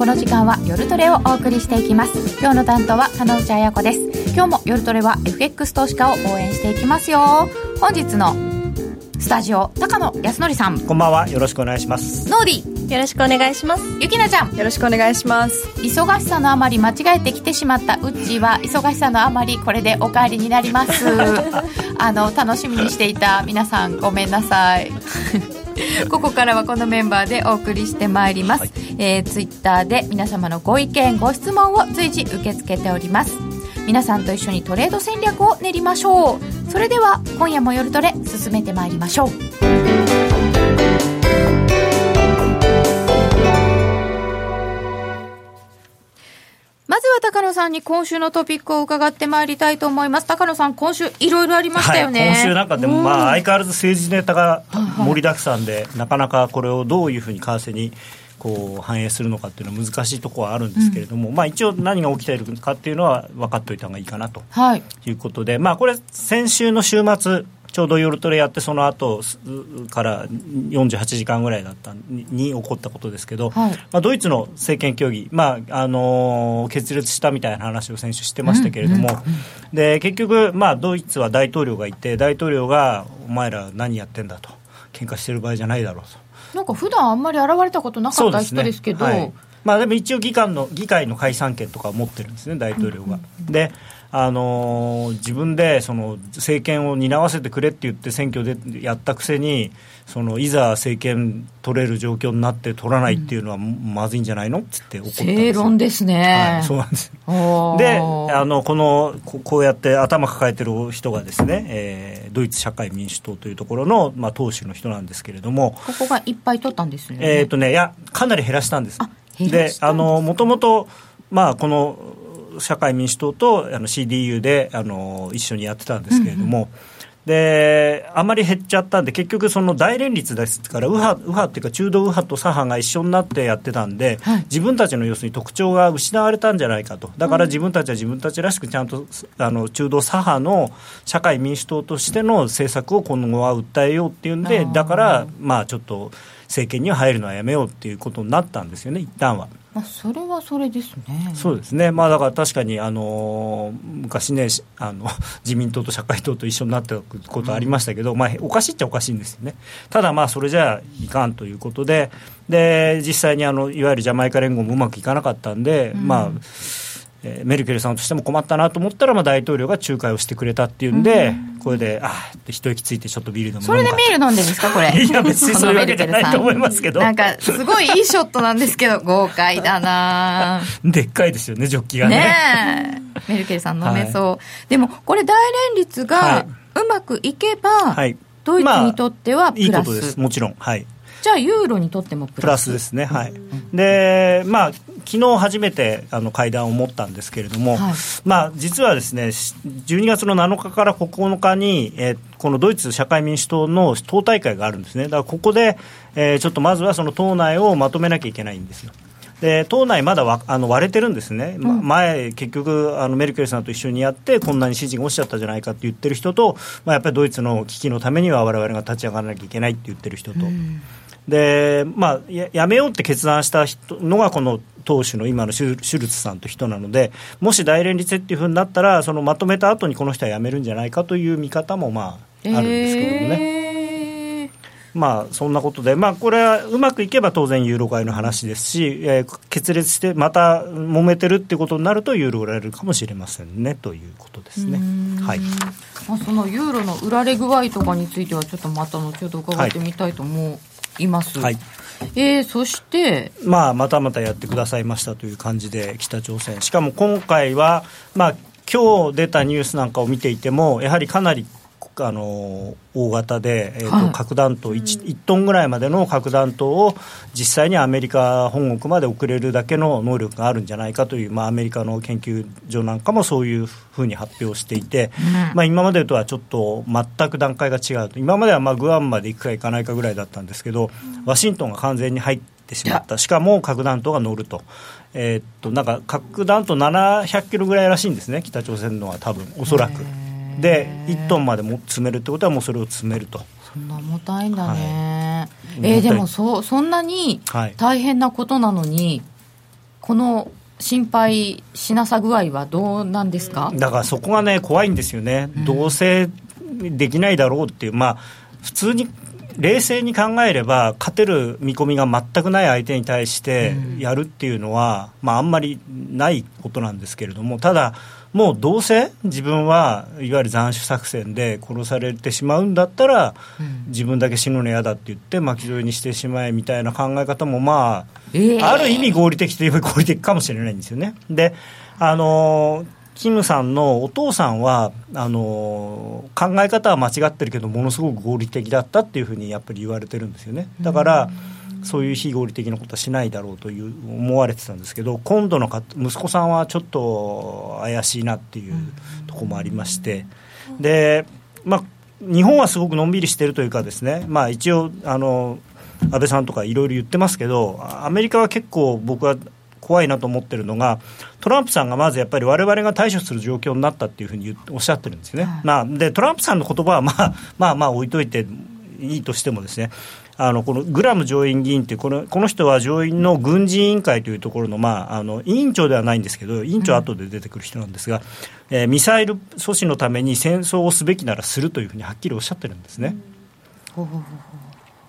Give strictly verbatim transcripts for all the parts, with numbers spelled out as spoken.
この時間は夜トレをお送りしていきます。今日の担当は金内彩子です。今日も夜トレは エフエックス 投資家を応援していきますよ。本日のスタジオ、高野康則さん、 こんばんは。よろしくお願いします。 ノーディ、 よろしくお願いします。 ゆきなちゃん、 よろしくお願いします。 忙しさのあまり間違えてきてしまったうっちーは、忙しさのあまりこれでお帰りになりますあの楽しみにしていた皆さん、ごめんなさいここからはこのメンバーでお送りしてまいります、はい。えー、ツイッターで皆様のご意見ご質問を随時受け付けております。皆さんと一緒にトレード戦略を練りましょう。それでは今夜も夜トレ進めてまいりましょう。まずは高野さんに今週のトピックを伺ってまいりたいと思います。高野さん、今週いろいろありましたよね。 はい、今週なんかでも、まあ、相変わらず政治ネタが盛りだくさんで、はいはい、なかなかこれをどういうふうに為替にこう反映するのかっていうのは難しいところはあるんですけれども、うん、まあ、一応何が起きているかっていうのは分かっておいた方がいいかなということで、はい、まあ、これ先週の週末ちょうど夜トレやって、その後からよんじゅうはちじかんぐらいだったにに起こったことですけど、はい、まあ、ドイツの政権協議、まああのー、決裂したみたいな話を先週してましたけれども、うんうんうん、で結局、まあ、ドイツは大統領がいて、大統領がお前ら何やってんだと、喧嘩してる場合じゃないだろうと。 なんか普段あんまり現れたことなかった人ですけど、 そうですね、はい、まあ、でも一応議会の、議会の解散権とかを持ってるんですね、大統領が、うんうんうん、であのー、自分でその政権を担わせてくれって言って選挙でやったくせに、そのいざ政権取れる状況になって取らないっていうのはまずいんじゃないのって言って怒ったんですよ。 正論ですね。 はい、そうなんです。で、あのこのこうやって頭抱えてる人がですね、えー、ドイツ社会民主党というところの、まあ、党首の人なんですけれども、 ここがいっぱい取ったんですよね。 えーとね、いやかなり減らしたんです。 あ、減らしたんです。 で、あのもともと、まあ、この社会民主党とあの シーディーユー であの一緒にやってたんですけれども、うんうん、であまり減っちゃったんで、結局その大連立ですから、右派、右派っていうか中道右派と左派が一緒になってやってたんで、はい、自分たちの要するに特徴が失われたんじゃないかと。だから自分たちは自分たちらしくちゃんとあの中道左派の社会民主党としての政策を今後は訴えようっていうんで、だからまあちょっと政権には入るのはやめようっていうことになったんですよね、一旦は。 まあ、それはそれですね。 そうですね、まあ、だから確かに、あのー、昔ね、あの自民党と社会党と一緒になったことありましたけど、うん、まあ、おかしいっちゃおかしいんですよね。ただまあそれじゃいかんということで、で実際にあのいわゆるジャマイカ連合もうまくいかなかったんで、うん、まあえー、メルケルさんとしても困ったなと思ったら、まあ、大統領が仲介をしてくれたっていうんで、うん、これであーって一息ついてちょっとビールでも飲むか。 それでビール飲んでるんですかこれ。 いや別にそういうわけじゃないと思いますけど、 なんかすごいいいショットなんですけど豪快だなでっかいですよね、ジョッキが ね, ねメルケルさん飲めそう、はい、でもこれ大連立がうまくいけば、はい、ドイツにとってはプラス、まあ、いいことです、 もちろん、はい。 じゃあユーロにとってもプラス、 プラスですね、はい。で、まあ、昨日初めてあの会談を持ったんですけれども、はい、まあ、実はですね、じゅうにがつのなのかからここのかに、えー、このドイツ社会民主党の党大会があるんですね。だからここで、えー、ちょっとまずはその党内をまとめなきゃいけないんですよ。で党内まだわあの割れてるんですね、うん、前結局あのメルケルさんと一緒にやってこんなに支持が落ちちゃったじゃないかって言ってる人と、まあ、やっぱりドイツの危機のためには我々が立ち上がらなきゃいけないって言ってる人と、うん、でまあ、や, やめようって決断した人のがこの党首の今のシュシュルツさんという人なので、もし大連立っていうふうになったらそのまとめた後にこの人は辞めるんじゃないかという見方もまああるんですけどもね、えーまあ、そんなことで、まあ、これはうまくいけば当然ユーロ買いの話ですし、えー、決裂してまた揉めてるってことになるとユーロ売られるかもしれませんねということですね。はい、 まあ、そのユーロの売られ具合とかについてはちょっとまた後ほど伺ってみたいと思います、はいはい。えー、そして、まあ、またまたやってくださいましたという感じで北朝鮮、しかも今回は、まあ、今日出たニュースなんかを見ていてもやはりかなりあの大型で、えーとはい、核弾頭 1, いちトンぐらいまでの核弾頭を実際にアメリカ本国まで送れるだけの能力があるんじゃないかという、まあ、アメリカの研究所なんかもそういうふうに発表していて、うんまあ、今までとはちょっと全く段階が違うと。今まではまあグアムまで行くか行かないかぐらいだったんですけど、ワシントンが完全に入ってしまった。しかも核弾頭が乗ると、えー、っとなんか核弾頭ななひゃくキロぐらいらしいんですね、北朝鮮のは多分おそらくでいちトンまでも詰めるってことはもうそれを詰めると。 そんな重たいんだね、はい、えー、でも そ, そんなに大変なことなのに、 この心配しなさ具合はどうなんですか？ だからそこがね怖いんですよね、うん、どうせできないだろうっていう、まあ普通に冷静に考えれば勝てる見込みが全くない相手に対してやるっていうのは、うん、まあ、あんまりないことなんですけれども、ただもうどうせ自分はいわゆる斬首作戦で殺されてしまうんだったら、うん、自分だけ死ぬの嫌だって言って巻き添えにしてしまえみたいな考え方も、まあ、えー、ある意味合理的といえば合理的かもしれないんですよね。で、あのキムさんのお父さんはあの考え方は間違ってるけどものすごく合理的だったっていうふうにやっぱり言われてるんですよね。だからそういう非合理的なことはしないだろうという思われてたんですけど、今度のか息子さんはちょっと怪しいなっていうところもありまして、で、まあ、日本はすごくのんびりしてるというかですね、まあ、一応あの安倍さんとかいろいろ言ってますけど、アメリカは結構僕は怖いなと思ってるのが、トランプさんがまずやっぱり我々が対処する状況になったっていうふうに言っておっしゃってるんですよね、はい。まあ、でトランプさんの言葉はまあまあまあ置いといていいとしてもですね、あのこのグラム上院議員ってこの、この人は上院の軍事委員会というところの、まあ、あの委員長ではないんですけど、委員長は後で出てくる人なんですが、うん、えー、ミサイル阻止のために戦争をすべきならするというふうにはっきりおっしゃってるんですね、うん、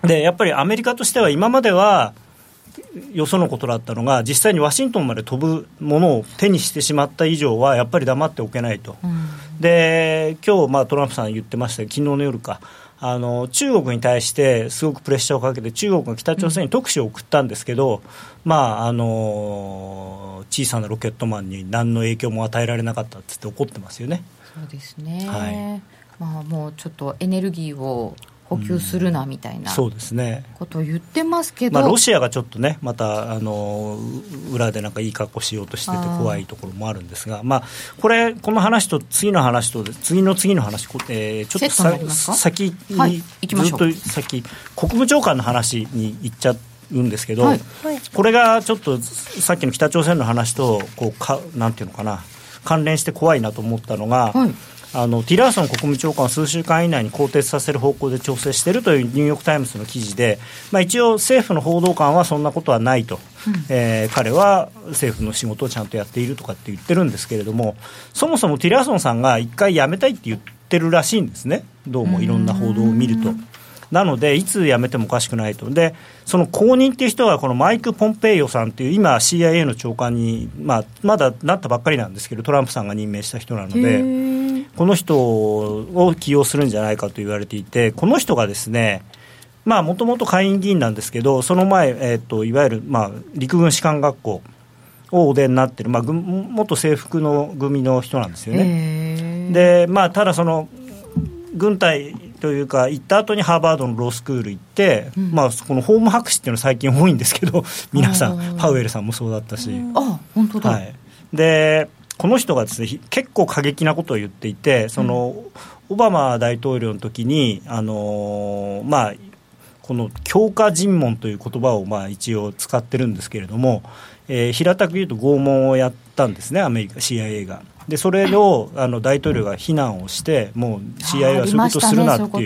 でやっぱりアメリカとしては今まではよそのことだったのが、実際にワシントンまで飛ぶものを手にしてしまった以上はやっぱり黙っておけないと、うん、で今日、まあ、トランプさん言ってましたけど、昨日の夜か、あの中国に対してすごくプレッシャーをかけて中国が北朝鮮に特使を送ったんですけど、うん、まあ、あの小さなロケットマンに何の影響も与えられなかったってって怒ってますよね。 そうですね、 はい、 まあ、もうちょっとエネルギーを補給するなみたいなことを言ってますけど、 まあ、ロシアがちょっとねまたあの裏でなんかいい格好しようとしてて怖いところもあるんですが、まあ、これこの話と次の話と次の次の話、えー、ちょっとさ先に、はい、ずっと先国務長官の話に行っちゃうんですけど、はい、これがちょっとさっきの北朝鮮の話とこうかなんていうのかな関連して怖いなと思ったのが、はい、あのティラーソン国務長官を数週間以内に更迭させる方向で調整しているというニューヨークタイムズの記事で、まあ、一応政府の報道官はそんなことはないと、うん、えー、彼は政府の仕事をちゃんとやっているとかって言ってるんですけれども、そもそもティラーソンさんが一回辞めたいって言ってるらしいんですね、どうもいろんな報道を見ると。なのでいつ辞めてもおかしくないと。でその後任っていう人はこのマイク・ポンペイオさんっていう今 シーアイエー の長官に、まあ、まだなったばっかりなんですけどトランプさんが任命した人なので、この人を起用するんじゃないかと言われていて、この人がですねもともと下院議員なんですけど、その前、えー、といわゆる、まあ、陸軍士官学校をお出になってる、まあ、元制服の組の人なんですよね。で、まあ、ただその軍隊というか行った後にハーバードのロースクール行って、うん、まあ、この法務博士っていうのは最近多いんですけど皆さんパウエルさんもそうだったし、 あ、本当だ、 はい、でこの人がですね結構過激なことを言っていて、その、うん、オバマ大統領の時にあのー、まあこの強化尋問という言葉をまあ一応使ってるんですけれども、えー、平たく言うと拷問をやったんですね、アメリカ シーアイエー が。でそれをあの大統領が非難をして、もう シーアイエー はそういうことするなっていう、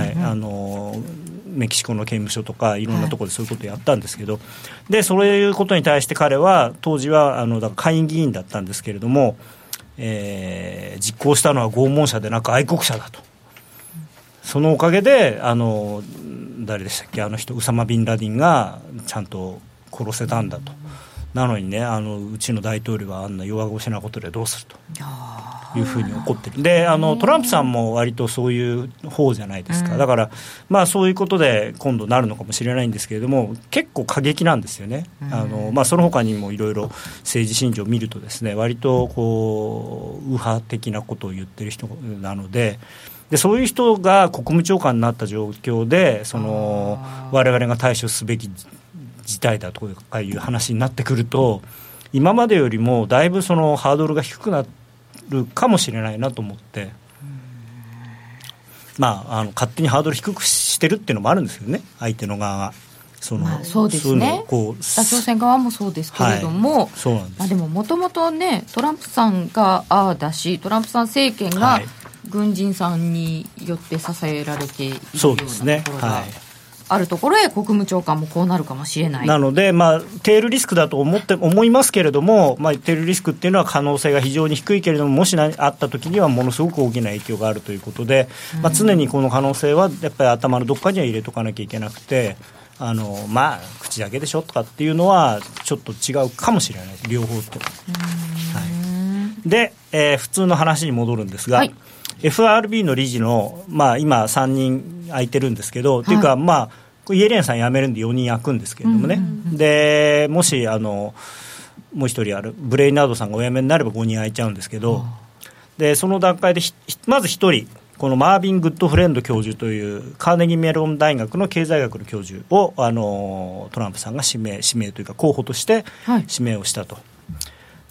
メキシコの刑務所とかいろんなところでそういうことをやったんですけど、はい、でそういうことに対して彼は当時はあのだから下院議員だったんですけれども、えー、実行したのは拷問者でなく愛国者だと。そのおかげであの誰でしたっけ、あの人ウサマ・ビンラディンがちゃんと殺せたんだと。なのにね、あのうちの大統領はあんな弱腰なことでどうするというふうに怒ってる。であのトランプさんも割とそういう方じゃないですか。だから、まあ、そういうことで今度なるのかもしれないんですけれども、結構過激なんですよね。あの、まあ、その他にもいろいろ政治信条を見るとですね、割とこう右派的なことを言ってる人なので、でそういう人が国務長官になった状況でその我々が対処すべき事態だとかいう話になってくると、今までよりもだいぶそのハードルが低くなるかもしれないなと思って、まあ、あの勝手にハードル低くしてるっていうのもあるんですよね、相手の側が。その、 まあ、そうですね、こう北朝鮮側もそうですけれども、はい、そうなんです。まあ、でももともとねトランプさんがああだし、トランプさん政権が軍人さんによって支えられているようなところが、 そうですね、はい、 あるところへ国務長官もこうなるかもしれない。 なので、まあ、テールリスクだと思って思いますけれども、まあ、テールリスクっていうのは可能性が非常に低いけれども、もしあったときにはものすごく大きな影響があるということで、まあ、常にこの可能性はやっぱり頭のどっかには入れとかなきゃいけなくて、あのまあ、口だけでしょとかっていうのはちょっと違うかもしれない、両方と。はい、で、えー、普通の話に戻るんですが、はい、エフアールビー の理事の、まあ、今さんにん空いてるんですけど、はい、というか、まあ、イエレンさん辞めるんでよにん空くんですけれどもね、うんうんうん、でもしあのもう一人あるブレイナードさんがお辞めになればごにん空いちゃうんですけど、でその段階でまずひとりこのマービン・グッドフレンド教授というカーネギーメロン大学の経済学の教授をあのトランプさんが指名、指名というか候補として指名をしたと、はい、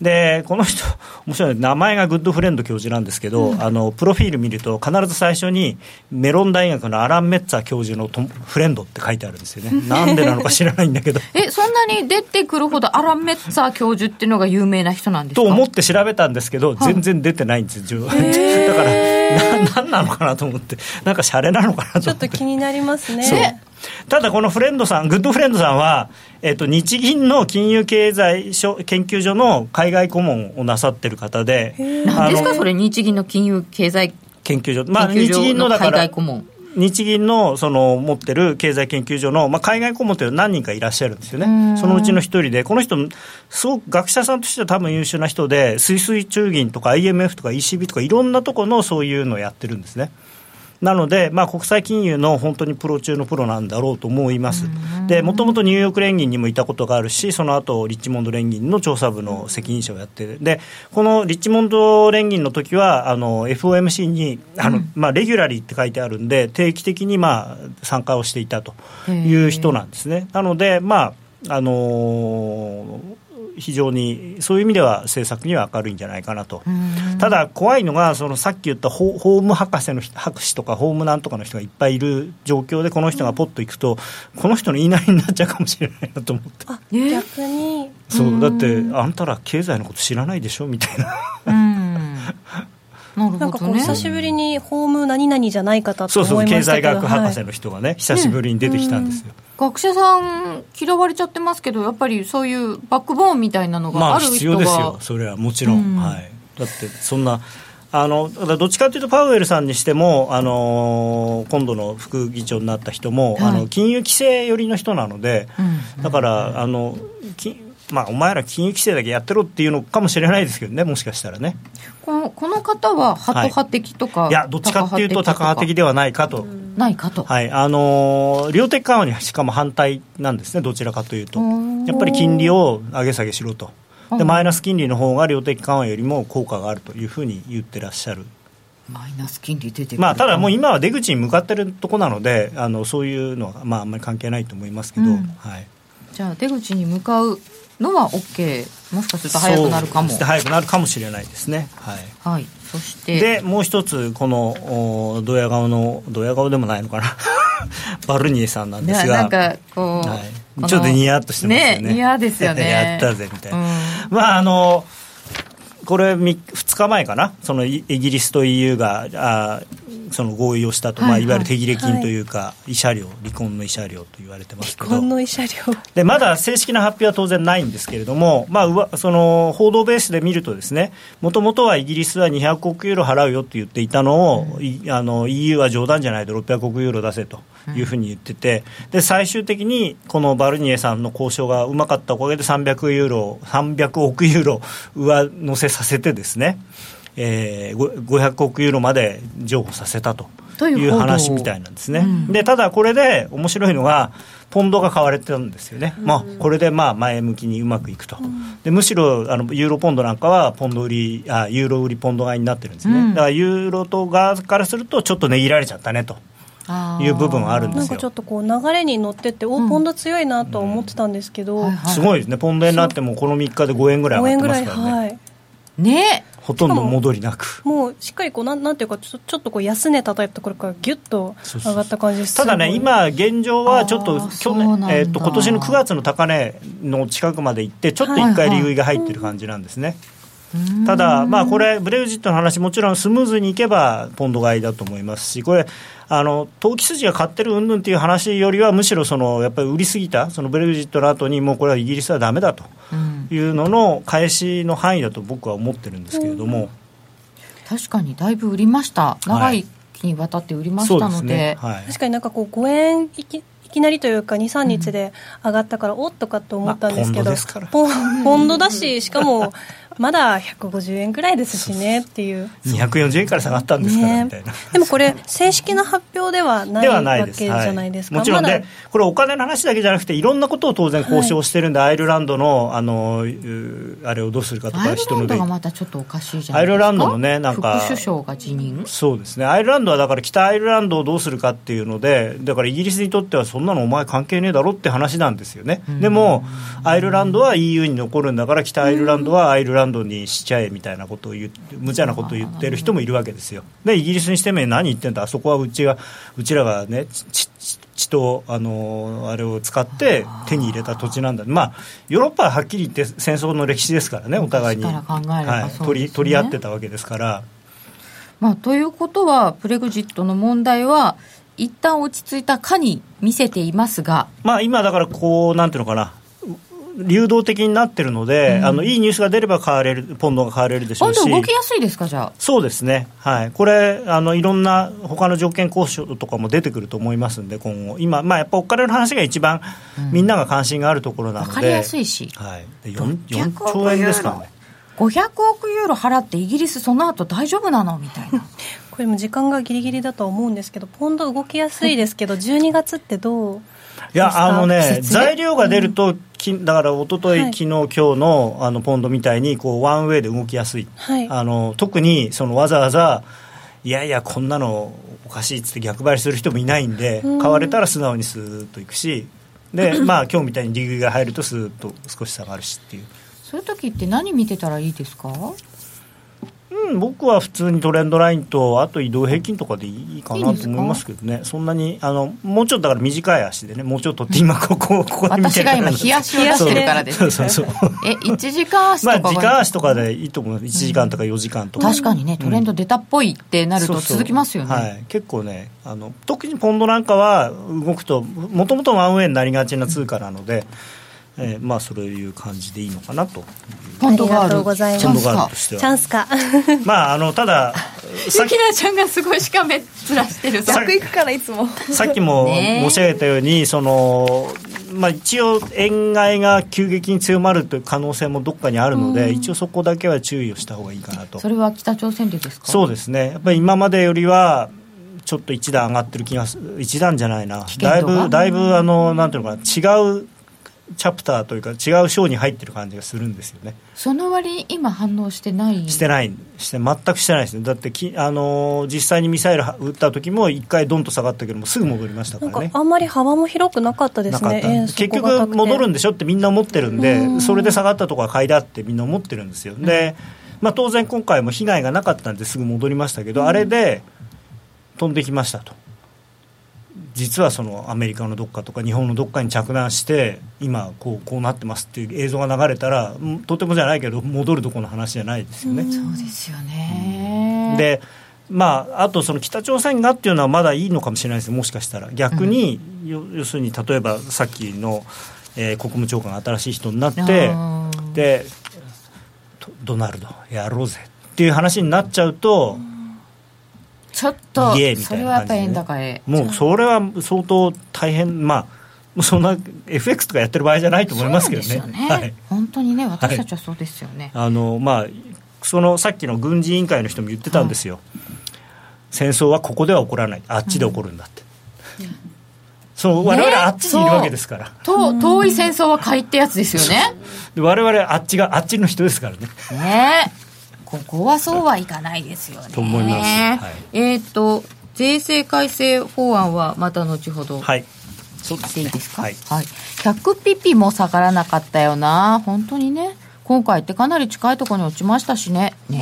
でこの人面白い、名前がグッドフレンド教授なんですけど、うん、あのプロフィール見ると必ず最初にメロン大学のアラン・メッツァー教授のフレンドって書いてあるんですよね。なんでなのか知らないんだけどえそんなに出てくるほどアラン・メッツァー教授っていうのが有名な人なんですかと思って調べたんですけど、全然出てないんですよ、だからな何なのかなと思って、なんかシャレなのかなと思って、 ちょっと気になりますね。 ただこのフレンドさん、グッドフレンドさんは、えっと、日銀の金融経済研究所の海外顧問をなさってる方で、 何ですかそれ、日銀の金融経済研究所、まあ、日銀のだから海外顧問、 日銀のその持ってる経済研究所の、まあ、海外顧問というのは何人かいらっしゃるんですよね。そのうちの一人で、この人すごく学者さんとしては多分優秀な人で、スイス中銀とか アイエムエフ とか イーシービー とかいろんなところのそういうのをやってるんですね。なので、まあ、国際金融の本当にプロ中のプロなんだろうと思います。で、もともとニューヨーク連銀にもいたことがあるし、その後リッチモンド連銀の調査部の責任者をやってる。で、このリッチモンド連銀の時はあの エフオーエムシー にあの、うんまあ、レギュラリーって書いてあるんで、定期的に、まあ、参加をしていたという人なんですね。なので、まああのー非常にそういう意味では政策には明るいんじゃないかなと。ただ怖いのが、そのさっき言った法務博士の博士とか法務なんとかの人がいっぱいいる状況で、この人がポッと行くとこの人の言いなりになっちゃうかもしれないなと思って。 あ、逆にそうだってあんたら経済のこと知らないでしょみたいな。 うんなるほどね、 なんかこう久しぶりに法務何々じゃない方と思いましたけど、そうそう経済学博士の人がね、はい、久しぶりに出てきたんですよ、 うん、学者さん嫌われちゃってますけど、やっぱりそういうバックボーンみたいなのがある人が、まあ、必要ですよ、それはもちろん、うんはい、だってそんなあのどっちかというとパウエルさんにしても、あのー、今度の副議長になった人も、はい、あの金融規制寄りの人なので、うん、だから、うん、あのきまあ、お前ら金融規制だけやってろっていうのかもしれないですけどね、もしかしたらね。 この、この方はハト派的とか、 はい、いやどっちかっていうとタカ派的ではないかと、 ないかと、 はい、あのー、量的緩和にしかも反対なんですね、どちらかというと。やっぱり金利を上げ下げしろと。でマイナス金利の方が量的緩和よりも効果があるというふうに言ってらっしゃる。 マイナス金利出てくる、 まあ、ただもう今は出口に向かってるところなので、あのそういうのは、まあ、あんまり関係ないと思いますけど、うんはい、 じゃあ出口に向かうのは OK、 もしかすると早くなるかも、 早くなるかもしれないですね、はいはい、そしてでもう一つこのドヤ顔のドヤ顔でもないのかなバルニエさんなんですが、 なんかこう、 はい、ちょっとニヤッとしてますよね、 ねニヤですよねやったぜみたいな、うん、まああのこれふつかまえかな、そのイギリスと イーユー があその合意をしたと、はいはいまあ、いわゆる手切れ金というか、はい、慰謝料、離婚の慰謝料と言われてますけど、 離婚の慰謝料でまだ正式な発表は当然ないんですけれども、まあ、その報道ベースで見るとですね、もともとはイギリスはにひゃくおくユーロ払うよって言っていたのを、うん、あの イーユー は冗談じゃないとろっぴゃくおくユーロ出せというふうに言ってて、で最終的にこのバルニエさんの交渉がうまかったおかげでさんびゃくユーロさんびゃくおくユーロ上乗せさせてですね、えー、ごひゃくおくユーロまで譲歩させたという話みたいなんですね、うん、でただこれで面白いのがポンドが買われてたんですよね、うんまあ、これでまあ前向きにうまくいくと、うん、でむしろあのユーロポンドなんかはポンド売りあユーロ売りポンド買いになってるんですね、うん、だからユーロと側からするとちょっと値切られちゃったねという部分はあるんですよ。 なんかちょっとこう流れに乗ってっておポンド強いなと思ってたんですけど、うんはいはい、 すごいですね、ポンド円になってもこのみっかでごえんぐらい上がってますからね、 ごえんぐらい、はいね、 ほとんど戻りなくもうしっかりこう な, なんていうかちょ, ちょっとこう安値叩いたところからギュッと上がった感じです。 ただね今現状はちょっと去年、えー、と今年のくがつの高値の近くまで行ってちょっといっかい利食いが入ってる感じなんですね、はいはい、 ただ、まあ、これブレグジットの話もちろんスムーズにいけばポンド買いだと思いますし、これあの投機筋が買ってる云々っていう話よりはむしろそのやっぱり売りすぎたそのブレグジットの後にもうこれはイギリスはダメだというのの返しの範囲だと僕は思ってるんですけれども、 確かにだいぶ売りました。長い期にわたって売りましたので、 はいはい、 確かになんかこうごえんいきいきなりというか にさんにちで上がったから、うん、おっとかと思ったんですけど、まあ、ポンドですからポンドだし、しかもまだひゃくごじゅうえんぐらいですしねっていう、 にひゃくよんじゅうえんから下がったんですから、ね、みたいな。 でもこれ正式な発表ではないわけじゃないですか。 もちろんで、これお金の話だけじゃなくていろんなことを当然交渉してるんで、はい、アイルランドの、あのあれをどうするかとか、人のアイルランドがまたちょっとおかしいじゃないですか。 アイルランドのね、なんか副首相が辞任。 そうですね、アイルランドはだから北アイルランドをどうするかっていうので、だからイギリスにとってはそんなのお前関係ねえだろって話なんですよね。でもアイルランドは イーユー に残るんだから北アイルランドはアイルランドにしちゃえみたいなことを言って無茶なことを言ってる人もいるわけですよ。でイギリスにしても何言ってんだ、あそこはうちがうちらがねち血とあのあれを使って手に入れた土地なんだ。まあヨーロッパははっきり言って戦争の歴史ですからね、お互いに、はい、取り取り合ってたわけですから。 まあ、ということはブレグジットの問題は一旦落ち着いたかに見せていますが、 まあ、今だからこうなんていうのかな、流動的になってるので、うん、あのいいニュースが出れば買われる、ポンドが買われるでしょうし、 ポンド動きやすいですか。じゃあそうですね、はい、これあのいろんな他の条件交渉とかも出てくると思いますんで、今後今、まあ、やっぱお金の話が一番みんなが関心があるところなので、 分かりやすいし、 はい、で 4, よんちょうえんですからね。 ごひゃくおくユーロ払ってイギリスその後大丈夫なのみたいなこれも時間がギリギリだと思うんですけど、ポンド動きやすいですけどじゅうにがつってどういやあのね、材料が出ると、うん、だから一昨日、はい、昨日今日 の, あのポンドみたいにこうワンウェイで動きやすい、はい、あの特にそのわざわざいやいやこんなのおかしいっつって逆張りする人もいないんで、うん、買われたら素直にスーッといくし、で、まあ、今日みたいに利食いが入るとスーッと少し下がるしっていう。 そういう時って何見てたらいいですか。 うん、僕は普通にトレンドラインとあと移動平均とかでいいかなと思いますけどね。そんなにあのもうちょっとだから短い足でね、もうちょっとって今ここここで見てるから、 私が今日足を出してるからですね。そうそうそうえいちじかん足とか、 まあ、時間足とかでいいと思います。いちじかんとかよじかんとか、 うん、確かにねトレンド出たっぽいってなると続きますよね。 そうそう、はい、結構ねあの特にポンドなんかは動くともともとワンウェイになりがちな通貨なので、えー、まあそういう感じでいいのかなと。 ポンドガール、ありがとうございます。 ポンドガールとしてはチャンスかまああのただゆきなちゃんがすごいしかめっ面してる。 逆行くからいつもさっきも申し上げたようにその、まあ、一応円買いが急激に強まるという可能性もどっかにあるので、一応そこだけは注意をした方がいいかなと。 それは北朝鮮でですか。 そうですね、やっぱり今までよりはちょっと一段上がってる気がする。一段じゃないな、だいぶだいぶあのなんていうのかな、違うチャプターというか違う章に入ってる感じがするんですよね。 その割に今反応してないしてないして全くしてないですね。だってき、あのー、実際にミサイル撃った時もいっかいドンと下がったけどもすぐ戻りましたからね。 なんかあんまり幅も広くなかったですね。えー、 結局戻るんでしょってみんな思ってるんで、んそれで下がったところは買いだってみんな思ってるんですよ。で、まあ、当然今回も被害がなかったんですぐ戻りましたけど、あれで飛んできましたと。実はそのアメリカのどっかとか日本のどっかに着弾して今こう、こうなってますっていう映像が流れたらとてもじゃないけど戻るところの話じゃないですよね。 そうですよね。 で、まあ、あとその北朝鮮がっていうのはまだいいのかもしれないです。もしかしたら逆に、うん、要するに例えばさっきの、えー、国務長官が新しい人になってでドナルドやろうぜっていう話になっちゃうと、うんちょっとそれはやっぱり円高へ、 もうそれは相当大変、まあそんな エフエックス とかやってる場合じゃないと思いますけどね。 そうですよね、はい、本当にね私たちはそうですよね、 はい、あのまあそのさっきの軍事委員会の人も言ってたんですよ、はい、戦争はここでは起こらない、あっちで起こるんだって、うん、そう我々はあっちにいるわけですから、 と遠い戦争は買いってやつですよね。 で我々はあっちがあっちの人ですからね。 ねえここはそうはいかないですよね。 と思います、はい、 えっ、ー、と税制改正法案はまた後ほど、 はい、 そうですね、いいですか、 はいはい、ひゃくピピも下がらなかったよな本当にね。今回ってかなり近いところに落ちましたしね。ね、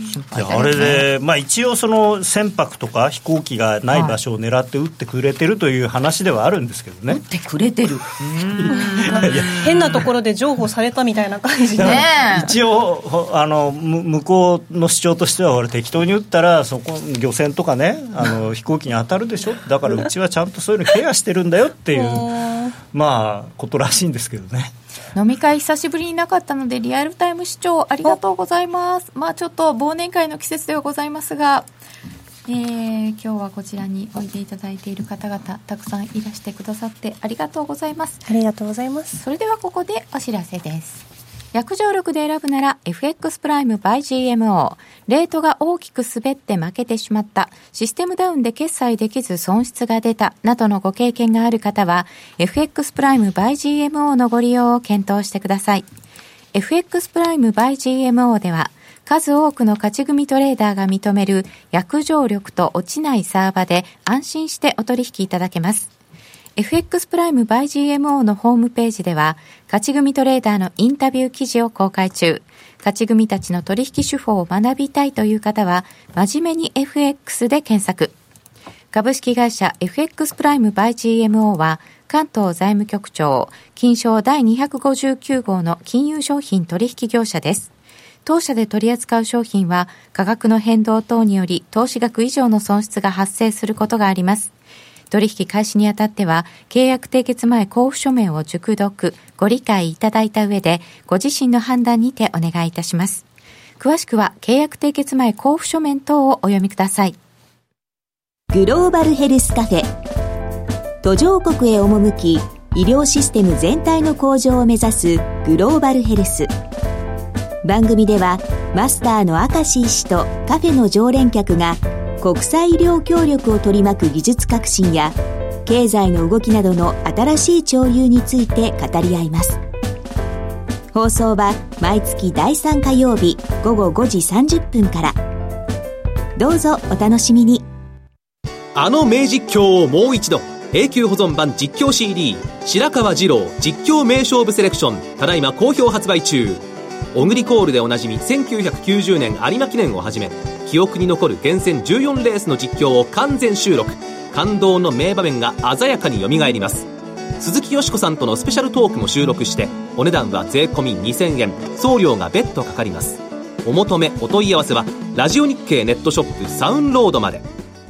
心配だよね。 あれで、まあ、一応その船舶とか飛行機がない場所を狙って撃ってくれてるという話ではあるんですけどね。撃ってくれてる変なところで譲歩されたみたいな感じで、ね、 一応あの向こうの主張としては俺適当に撃ったらそこ漁船とかねあの飛行機に当たるでしょ、だからうちはちゃんとそういうのケアしてるんだよっていうまあことらしいんですけどね。 飲み会久しぶりになかったのでリアルタイム視聴ありがとうございます。まあちょっと忘年会の季節ではございますが、えー、今日はこちらにおいでいただいている方々たくさんいらしてくださってありがとうございます。 ありがとうございます。 それではここでお知らせです。約定力で選ぶなら エフエックス プライム by ジーエムオー、 レートが大きく滑って負けてしまった、システムダウンで決済できず損失が出たなどのご経験がある方は エフエックス プライム by ジーエムオー のご利用を検討してください。 エフエックス プライム by ジーエムオー では数多くの勝ち組トレーダーが認める約定力と落ちないサーバで安心してお取引いただけます。エフエックス プライム by ジーエムオー のホームページでは勝ち組トレーダーのインタビュー記事を公開中。勝ち組たちの取引手法を学びたいという方は真面目に エフエックス で検索。株式会社 エフエックス プライム by ジーエムオー は関東財務局長金商だいにひゃくごじゅうきゅう号の金融商品取引業者です。当社で取り扱う商品は価格の変動等により投資額以上の損失が発生することがあります。取引開始にあたっては契約締結前交付書面を熟読ご理解いただいた上でご自身の判断にてお願いいたします。詳しくは契約締結前交付書面等をお読みください。 グローバルヘルスカフェ、途上国へ赴き医療システム全体の向上を目指すグローバルヘルス。番組ではマスターの明石医師とカフェの常連客が国際医療協力を取り巻く技術革新や経済の動きなどの新しい潮流について語り合います。放送は毎月だいさん火曜日ごごごじさんじゅっぷんから。どうぞお楽しみに。 あの名実況をもう一度、永久保存版実況 シーディー 白川二郎実況名勝負セレクション、ただいま好評発売中。オグリコールでおなじみせんきゅうひゃくきゅうじゅうねん有馬記念をはじめ記憶に残る厳選じゅうよんレースの実況を完全収録。感動の名場面が鮮やかによみがえります。鈴木よしこさんとのスペシャルトークも収録して、お値段は税込みにせんえん、送料が別途かかります。お求めお問い合わせはラジオ日経ネットショップサウンロードまで。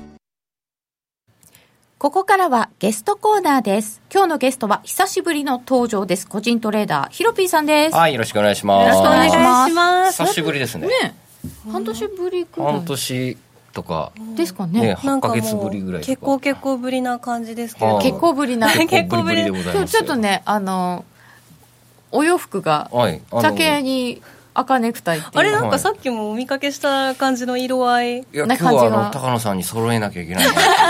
ここからはゲストコーナーです。今日のゲストは久しぶりの登場です。個人トレーダーヒロピーさんです。 はい、よろしくお願いします。 よろしくお願いします。 久しぶりですね。 ね、半年ぶりくらい。 半年とかですかね。 ね、はちかげつぶりぐらいとか。 結構結構ぶりな感じですけど。 結構ぶりな。 結構ぶりでございます。 今日ちょっとね、あのお洋服が茶に赤ネクタイっていう。 あれなんかさっきもお見かけした感じの色合い。 いや、今日はあの高野さんに揃えなきゃいけないな。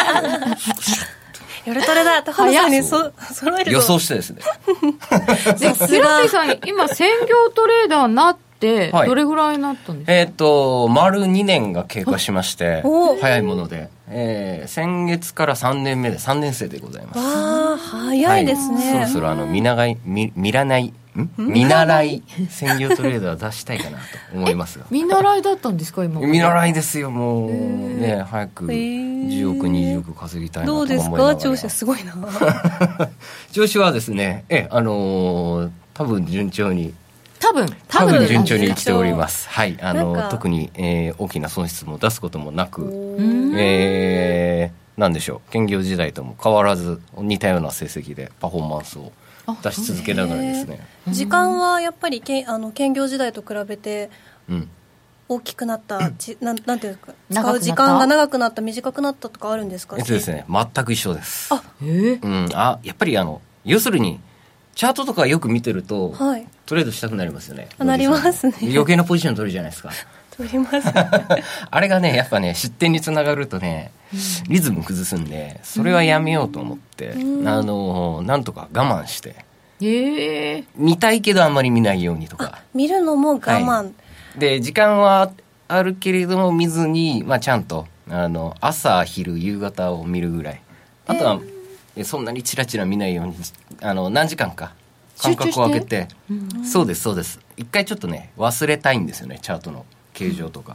やるとれだ、高野さんにそ揃えると予想してですね。 で、ヒロピーさん今専業トレーダーになってどれぐらいになったんですか？ はい、えっ、ー、と丸にねんが経過しまして、早いもので、えー、先月からさんねんめでさんねん生でございます。 わあ、早いですね。 はい、そろそろあの見習い見見らないん見習い専業トレーダー出したいかなと思いますが。 見習いだったんですか今？ 見習いですよ、もうね、早くじゅうおくにじゅうおく稼ぎたいなと思いながら。 どうですか調子はすごいな。 調子はですね、えあのー、多分順調に多分多分順調に来ております。はい、あの特に、えー、大きな損失も出すこともなく、えー、なんでしょう、兼業時代とも変わらず似たような成績でパフォーマンスを出し続けながらですね。 時間はやっぱりけあの兼業時代と比べて大きくなった、うん、な, なんていうか使う時間が長くなった短くなったとかあるんですか？ えっとですね、全く一緒です。 あ、 えーうん、あやっぱりあの要するにチャートとかよく見てると、はい、トレードしたくなりますよね。 なりますね。 余計なポジション取るじゃないですか。 取ります、ね、 あれがねやっぱね失点につながるとね、うん、リズム崩すんで、それはやめようと思って、うん、あのなんとか我慢して、 えー、 見たいけどあんまり見ないようにとか。 見るのも我慢、 はい、で時間はあるけれども見ずに、まあ、ちゃんとあの朝昼夕方を見るぐらい。あとは、えー、そんなにチラチラ見ないようにあの何時間か間隔を空けて、うん、そうですそうです。一回ちょっとね忘れたいんですよね、チャートの形状とか。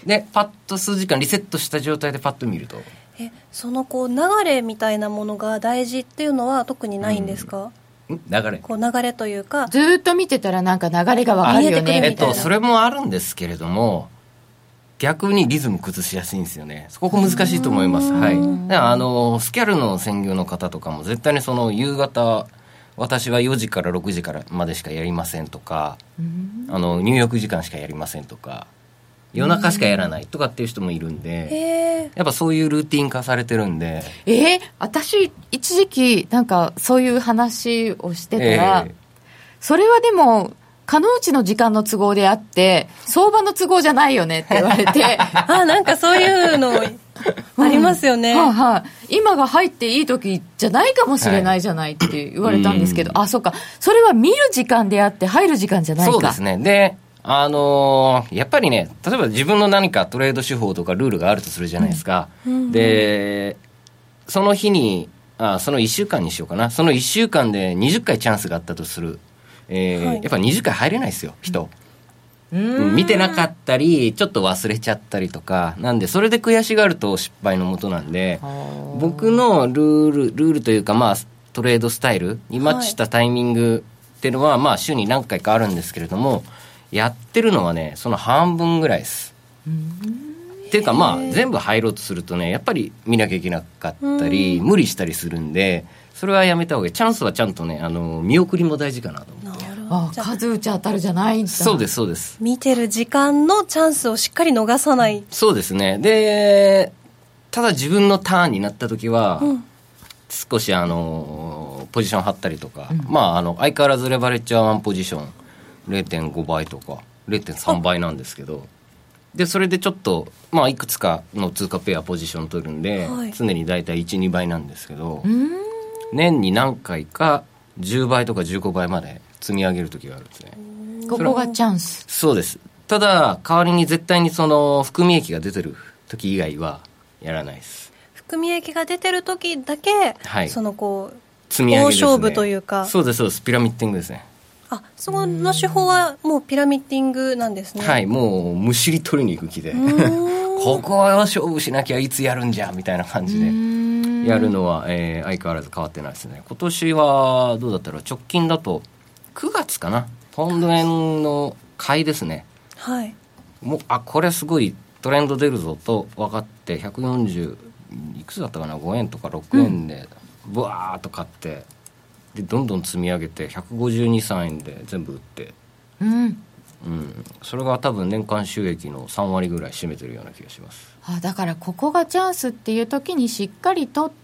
でパッと数時間リセットした状態でパッと見ると、 えそのこう流れみたいなものが大事っていうのは特にないんですか？ うん、流れこう流れというかずっと見てたらなんか流れが分かるよね。 えっとそれもあるんですけれども、逆にリズム崩しやすいんですよね。そこが難しいと思います。はい。だからあのスキャルの専業の方とかも絶対にその夕方、私はよじからろくじからまでしかやりませんとか、あの入浴時間しかやりませんとか、夜中しかやらないとかっていう人もいるんで、やっぱそういうルーティン化されてるんで。 えー、私一時期なんかそういう話をしてたら、えー、それはでも加納内の時間の都合であって相場の都合じゃないよねって言われてあ、なんかそういうのありますよね、 うん、はいはい、今が入っていい時じゃないかもしれないじゃないって言われたんですけど、はい、あ、そうか、それは見る時間であって入る時間じゃないか。 そうですね。であのー、やっぱりね、例えば自分の何かトレード手法とかルールがあるとするじゃないですか、うん、でその日にあそのいっしゅうかんにしようかな、そのいっしゅうかんでにじゅっかいチャンスがあったとする、えーはい、やっぱにじゅっかい入れないですよ人、うん、見てなかったりちょっと忘れちゃったりとかなんで、それで悔しがると失敗のもとなんで、僕のルールルールというか、まあ、トレードスタイルにマッチしたタイミングっていうのは、はい、まあ、週に何回かあるんですけれども、やってるのはねその半分ぐらいです。っていうか、まあ全部入ろうとするとねやっぱり見なきゃいけなかったり無理したりするんで、それはやめた方がいい。チャンスはちゃんとね、あの見送りも大事かなと思って。 ああ、数打ち当たるじゃないんだ。 そうですそうです。 見てる時間のチャンスをしっかり逃さない。 そうですね。でただ自分のターンになった時は、うん、少しあのポジション張ったりとか、うん、まああの相変わらずレバレッジはワンポジション れいてんご 倍とか れいてんさん 倍なんですけど、でそれでちょっと、まあ、いくつかの通貨ペアポジション取るんで、はい、常にだいたいいち、にばいなんですけど、年に何回かじゅうばいとかじゅうごばいまで積み上げる時があるんですね。 ここがチャンス。 そうです。ただ代わりに絶対にその含み益が出てる時以外はやらないです。 含み益が出てる時だけ、はい、そのこう積み上げですね。 大勝負というか。 そうですそうです。ピラミッティングですね。 あ、そこの手法はもうピラミッティングなんですね。 はい、もうむしり取りに行く気でここは勝負しなきゃいつやるんじゃみたいな感じでやるのは、えー、相変わらず変わってないですね。今年はどうだったら直近だとくがつかな、ポンド円の買いですね。 はい。 もうあこれすごいトレンド出るぞと分かってひゃくよんじゅういくつだったかな、ごえんとかろくえんでブワーっと買って、でどんどん積み上げてひゃくごじゅうに、さんえんで全部売って、うんうん、それが多分年間収益のさんわりぐらい占めてるような気がします。 あ、だからここがチャンスっていう時にしっかり取って、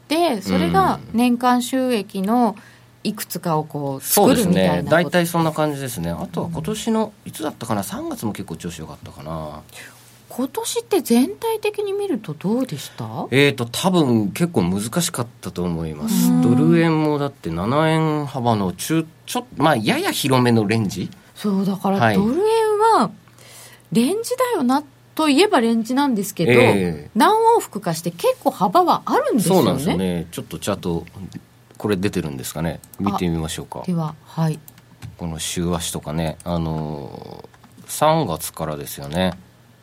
それが年間収益のいくつかをこう作るみたいなこと。そうですね、大体そんな感じですね。あとは今年のいつだったかな、さんがつも結構調子良かったかな。 今年って全体的に見るとどうでした？ えーと多分結構難しかったと思います。ドル円もだってななえん幅の中ちょっとまあやや広めのレンジ。 そうだからドル円はレンジだよなといえばレンジなんですけど、えー、何往復かして結構幅はあるんですよね。 そうなんですよね。ちょっとチャートこれ出てるんですかね、見てみましょうか。 では、はい、 この週足とかね、あのー、さんがつからですよね。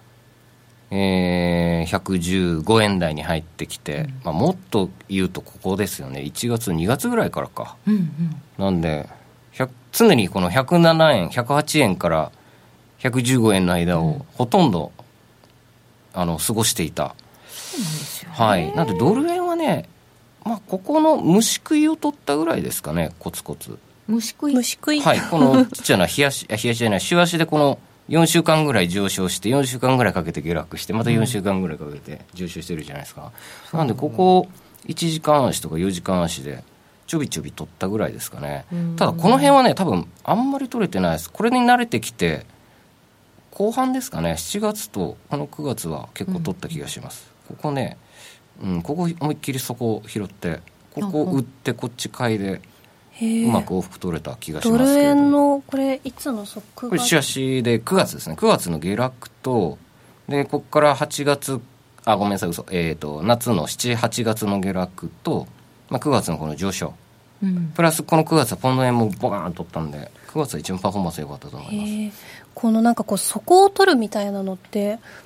えー、ひゃくじゅうごえん台に入ってきて、うん、まあ、もっと言うとここですよね。いちがつにがつぐらいからか、うんうん、なんで常にこのひゃくななえんひゃくはちえんからひゃくじゅうごえんの間をほとんど、うん、あの過ごしていた。 そうなんですよね。 はい、なんでドル円はね、まあ、ここの虫食いを取ったぐらいですかね。コツコツ虫食い、 虫食い、 はい、このちっちゃな冷やし冷やしじゃない週足でこのよんしゅうかんぐらい上昇してよんしゅうかんぐらいかけて下落してまたよんしゅうかんぐらいかけて上昇してるじゃないですか、うん、なんでここいちじかん足とかよじかん足でちょびちょび取ったぐらいですかね、うん、ただこの辺はね多分あんまり取れてないです。これに慣れてきて後半ですかね、しちがつとこのくがつは結構取った気がします、うん、ここね、うん、ここ思いっきりそこを拾ってここ打ってこっち買いでうまく往復取れた気がしますけれど。 ドル円のこれいつのそこれ週足でくがつですね。くがつの下落とでここからはちがつあごめんなさい嘘、えー、と夏のしち、はちがつの下落と、まあ、くがつのこの上昇、うん、プラスこのくがつはポンド円もボカーン取ったんでくがつは一番パフォーマンス良かったと思います。 このなんかこう底を取るみたいなのって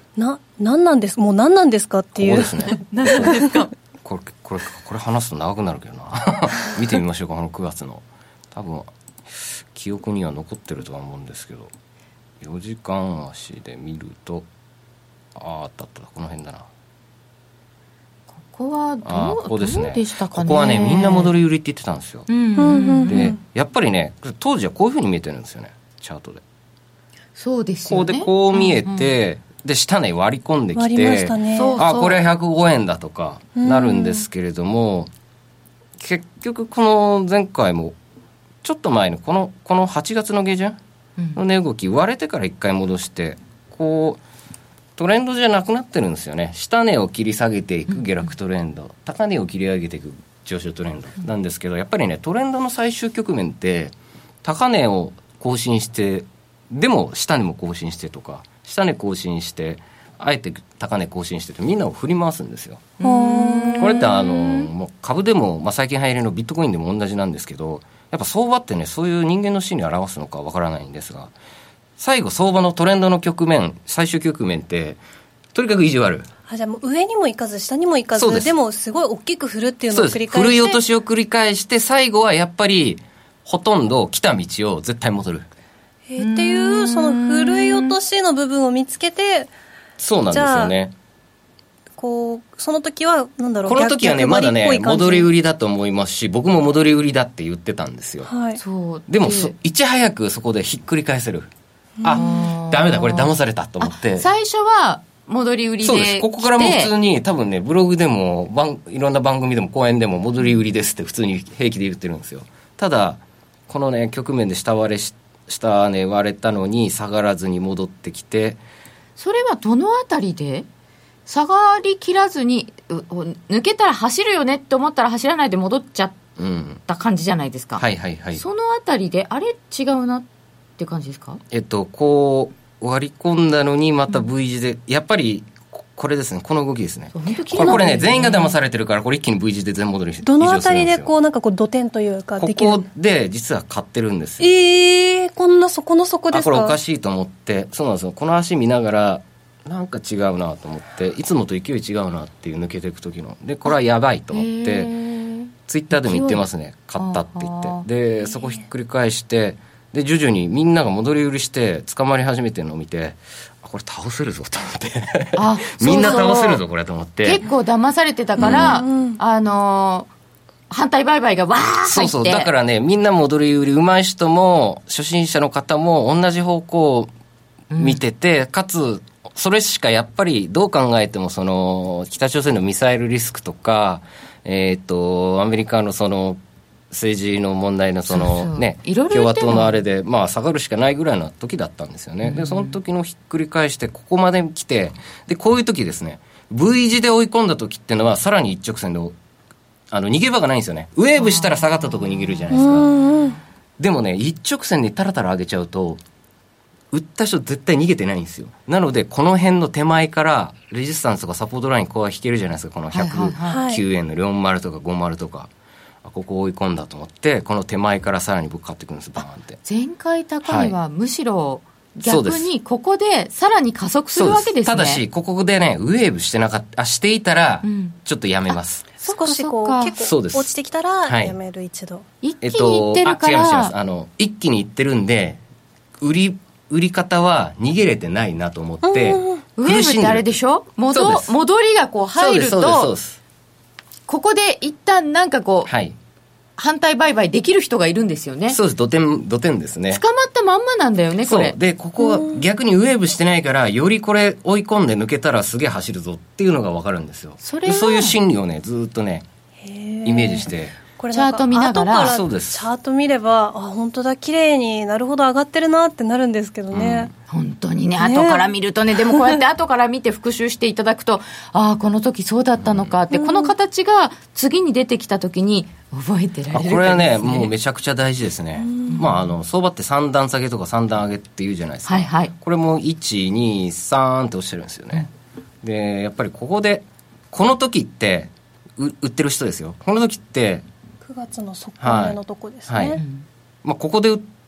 な何なんですもう何なんですかっていう。 ここですね何なんですかこれこれこれ話すと長くなるけどな見てみましょうか。このくがつの多分記憶には残ってるとは思うんですけど、よじかん足で見ると、あああったあったこの辺だな。 ここはどう、 あここですね、 どうでしたかね。 ここはねみんな戻り売りって言ってたんですよ、 うんうんうん、 でやっぱりね当時はこういう風に見えてるんですよね、チャートで。 そうですよね。 こうでこう見えて、うんうんで下値割り込んできて、 割りましたね、 あこれはひゃくごえんだとかなるんですけれども、うん、結局この前回もちょっと前のこのこのはちがつの下旬の値動き割れてからいっかい戻してこうトレンドじゃなくなってるんですよね。下値を切り下げていく下落トレンド、うん、高値を切り上げていく上昇トレンドなんですけど、やっぱりねトレンドの最終局面って高値を更新してでも下値も更新してとか下値更新してあえて高値更新しててみんなを振り回すんですよ。これってあのもう株でも、まあ、最近流行りのビットコインでも同じなんですけど、やっぱ相場ってねそういう人間の心理を表すのかわからないんですが、最後相場のトレンドの局面最終局面ってとにかく意地悪。 あじゃあもう上にも行かず下にも行かず で, でもすごい大きく振るっていうのを繰り返して振り落としを繰り返して最後はやっぱりほとんど来た道を絶対戻るえー、っていうそのふるい落としの部分を見つけて、 そうなんですよね。 こうその時はなんだろう、 この時はねまだね戻り売りだと思いますし、僕も戻り売りだって言ってたんですよ、はい、そうでもそいち早くそこでひっくり返せる、あダメだこれ騙されたと思って、 最初は戻り売りで、 そうです、ここからもう普通に多分ねブログでも番いろんな番組でも講演でも戻り売りですって普通に平気で言ってるんですよ。ただこのね局面で下割れし下値割れたのに下がらずに戻ってきて、 それはどのあたりで下がりきらずに抜けたら走るよねって思ったら走らないで戻っちゃった感じじゃないですか、うん、 はいはいはい。 そのあたりであれ違うなって感じですか。 えっとこう割り込んだのにまた V 字で、うん、やっぱりこれですね、この動きですね。これ、これね全員が騙されてるからこれ一気に V 字で全戻りしてどのあたりでこうなんかこう土点というかできる、 ここで実は買ってるんですよ。 えー、こんな底の底ですか。 あこれおかしいと思って、そうなんですよ、この足見ながらなんか違うなと思っていつもと勢い違うなっていう抜けていく時のでこれはやばいと思ってツイッターでも言ってますね、買ったって言ってでそこひっくり返してで徐々にみんなが戻り売りして捕まり始めてるのを見てこれ倒せるぞと思ってあみんな倒せるぞこれと思って結構騙されてたから、うんうん、あのー、反対売買がわー入ってそうそうだからねみんな戻り売り上手い人も初心者の方も同じ方向を見てて、うん、かつそれしかやっぱりどう考えてもその北朝鮮のミサイルリスクとか、えー、とアメリカのその政治の問題のそのね共和党のあれでまあ下がるしかないぐらいの時だったんですよね、うん、でその時のひっくり返してここまで来てでこういう時ですね V 字で追い込んだ時っていうのはさらに一直線であの逃げ場がないんですよね。ウェーブしたら下がったとこ逃げるじゃないですか、うん、でもね一直線でタラタラ上げちゃうと売った人絶対逃げてないんですよ。なのでこの辺の手前からレジスタンスとかサポートラインここは引けるじゃないですか。このひゃくきゅうえんのよんじゅうとかごじゅうとかここ追い込んだと思ってこの手前からさらに僕買ってくるんですバーンって。 前回高値はむしろ逆にここでさらに加速するわけですね。 ただしここでねウェーブしてなかったあしていたらちょっとやめます、 うん、少しこう結構落ちてきたらやめる一度、はい、一気にいってるから、 えっと、あ違います違いますあの一気にいってるんで売り売り方は逃げれてないなと思ってウェーブってあれでしょ 戻, 戻りがこう入るとここで一旦なんかこう、はい、反対売買できる人がいるんですよね。 そうです土点土点ですね。 捕まったまんまなんだよねこれ。 そうでここは逆にウェーブしてないからよりこれ追い込んで抜けたらすげえ走るぞっていうのが分かるんですよ。それそういう心理をねずっとねイメージしてこれチャート見ながらそうですチャート見ればあ本当だ綺麗になるほど上がってるなってなるんですけどね、 うん、本当にね後から見るとねでもこうやって後から見て復習していただくとああこの時そうだったのかって、うん、この形が次に出てきた時に覚えてられるかですね。 これはねもうめちゃくちゃ大事ですね、うんまあ、あの相場ってさん段下げとかさん段上げっていうじゃないですか、はいはい、これもいちにさんって押してるんですよね、うん、でやっぱりここでこの時って売ってる人ですよ。この時ってくがつの底値のとこですね、はいはいまあ、ここで売っ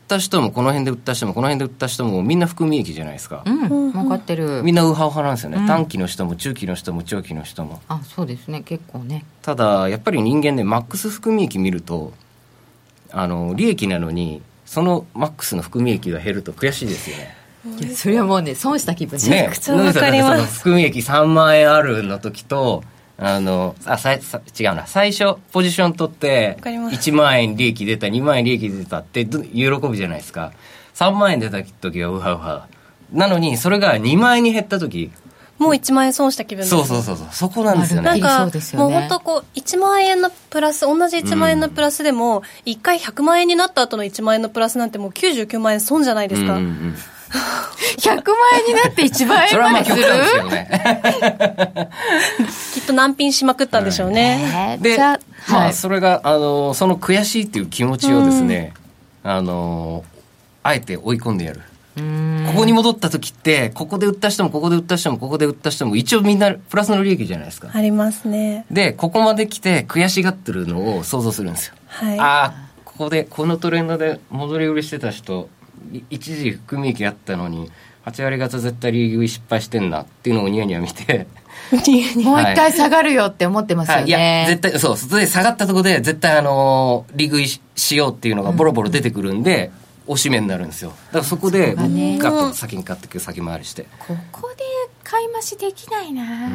った人もこの辺で売った人もこの辺で売った人もみんな含み益じゃないですか、 うん、分かってる。 みんなウハウハなんですよね、 うん、 短期の人も中期の人も長期の人も。 あ、そうですね、結構ね。 ただやっぱり人間でマックス含み益見るとあの利益なのにそのマックスの含み益が減ると悔しいですよね。 いやそれはもうね損した気分で、 ね、 めちゃくちゃ分かります。 含み益さんまん円あるの時とあのあささ違うな最初ポジション取っていちまん円利益出たにまん円利益出たって喜ぶじゃないですか。さんまん円出た時はウハウハなのにそれがにまん円に減った時もういちまん円損した気分です。 そうそうそうそうそこなんですよね。 なんかもう本当こういちまん円のプラス同じいちまん円のプラスでも、うん、いっかいひゃくまん円になった後のいちまん円のプラスなんてもうきゅうじゅうきゅうまん円損じゃないですか、うんうんうん、 ひゃくまん円になっていちまん円までする。それはまあ極端ですよねきっと難品しまくったんでしょうね、 うん、で、はい、まあそれがあのその悔しいっていう気持ちをですね、うん、あのあえて追い込んでやる。ここに戻った時ってここで売った人もここで売った人もここで売った人も一応みんなプラスの利益じゃないですか。 ありますね。 でここまで来て悔しがってるのを想像するんですよ、はい、ああここでこのトレンドで戻り売りしてた人一時含み益あったのにはち割方絶対利食い失敗してんなっていうのをニヤニヤ見てもう一回下がるよって思ってますよね、はい、いや絶対そうそれで下がったところで絶対あの利食い し, しようっていうのがボロボロ出てくるんで、うんおしめになるんですよ。だからそこでガッと先に買ってく先回りしてここで買い増しできないな、うん、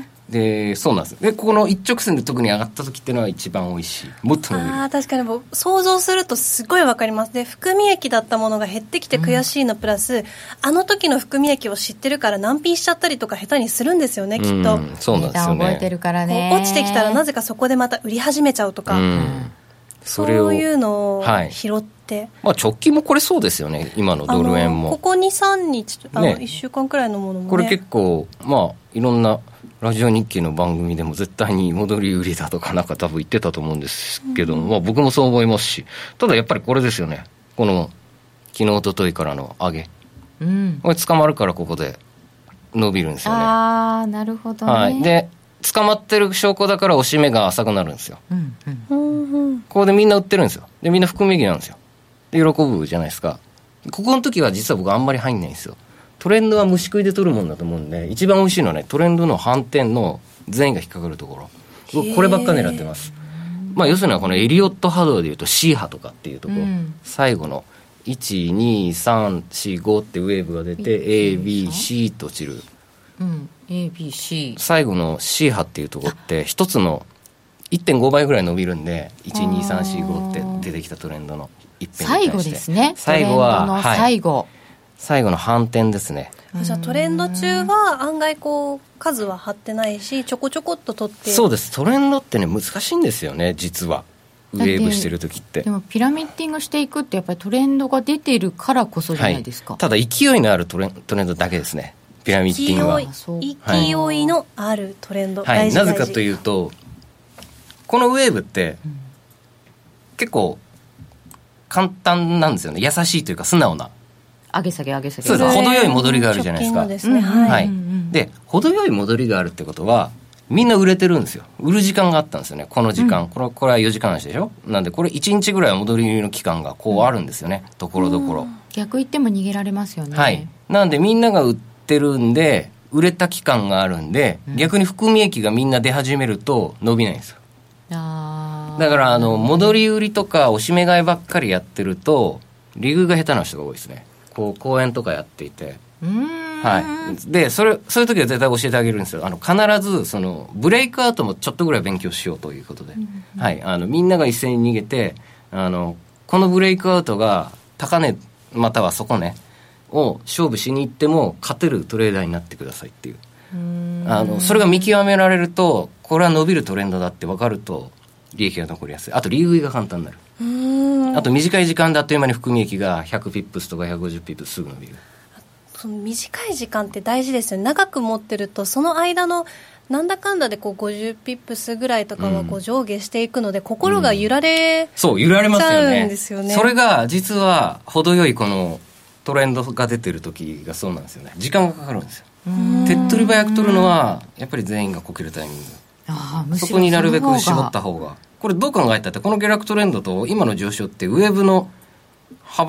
でそうなんです。でここの一直線で特に上がった時っていうのは一番美味しい。もっと伸びる。 あ確かにもう想像するとすごい分かります。で含み益だったものが減ってきて悔しいのプラス、うん、あの時の含み益を知ってるから難品しちゃったりとか下手にするんですよねきっと、うん、 そうなんですよね。 覚えてるからね。 落ちてきたらなぜかそこでまた売り始めちゃうとか、うん、それをそういうのを拾って、はいまあ、直近もこれそうですよね。今のドル円もここ に,さん 日あの、ね、いっしゅうかんくらいのものもねこれ結構まあいろんなラジオ日経の番組でも絶対に戻り売りだとかなんか多分言ってたと思うんですけど、うんまあ、僕もそう思いますし、ただやっぱりこれですよね。この昨日一昨日からの上げ、うん、これ捕まるからここで伸びるんですよね。 ああなるほどね、 はい、で捕まってる証拠だから押し目が浅くなるんですよ、うんうん、ここでみんな売ってるんですよ。でみんな含み益なんですよ。で喜ぶじゃないですか。ここの時は実は僕あんまり入んないんですよ。トレンドは虫食いで取るもんだと思うんで一番美味しいのはねトレンドの反転の全員が引っかかるところ僕こればっか狙ってます。まあ要するにはこのエリオット波動でいうと C 波とかっていうところ、うん、最後のいちにさんしごってウェーブが出て エービーシー と散る、 うん、エービーシー最後の C 波っていうところって一つの いってんご 倍ぐらい伸びるんでいちにさんしごって出てきたトレンドの一辺に対して最後ですね。 最後はトレンドの最後、はい、 最後の反転ですね。 じゃあトレンド中は案外こう数は張ってないしちょこちょこっと取って。 そうです。トレンドってね難しいんですよね実は。ウェーブしてる時ってでもピラミッティングしていくってやっぱりトレンドが出ているからこそじゃないですか、 はい、ただ勢いのあるトレン、トレンドだけですねピラミッティングは。 勢いのあるトレンド、 はい、大事大事。なぜかというとこのウェーブって、うん、結構簡単なんですよね。優しいというか素直な上げ下げ上げ下げそうです。程よい戻りがあるじゃないですか。 ですね、はいはい、で程よい戻りがあるってことはみんな売れてるんですよ。売る時間があったんですよねこの時間、うん、これ、これはよじかん足でしょ。なんでこれいちにちぐらいは戻りの期間がこうあるんですよね、ところどころ。 逆言っても逃げられますよね。 はい。なんでみんなが売ってるんで売れた期間があるんで、うん、逆に含み益がみんな出始めると伸びないんですよ。あだからあの戻り売りとか押し目買いばっかりやってると利食いが下手な人が多いですね。こう講演とかやっていてうーん、はい、でそれそういう時は絶対教えてあげるんですよ。あの必ずそのブレイクアウトもちょっとぐらい勉強しようということで、うんうん、はい、あのみんなが一斉に逃げてあのこのブレイクアウトが高値または底値を勝負しに行っても勝てるトレーダーになってくださいっていう、うーんあのそれが見極められるとこれは伸びるトレンドだって分かると利益が残りやすい。あと利食いが簡単になる。うーんあと短い時間であっという間に含み益がひゃくピップスとかひゃくごじゅうピップスすぐ伸びる。 その短い時間って大事ですよね。長く持ってるとその間のなんだかんだでこうごじゅうピップスぐらいとかはこう上下していくので、うん、心が揺られちゃうんですよね、うん、そう揺られますよね。 それが実は程よいこのトレンドが出てる時がそうなんですよね。時間がかかるんですよ。手っ取り早く取るのはやっぱり全員がこけるタイミング。あむしろそこになるべく絞った方が。これどう考えたってこの下落トレンドと今の上昇ってウェーブの幅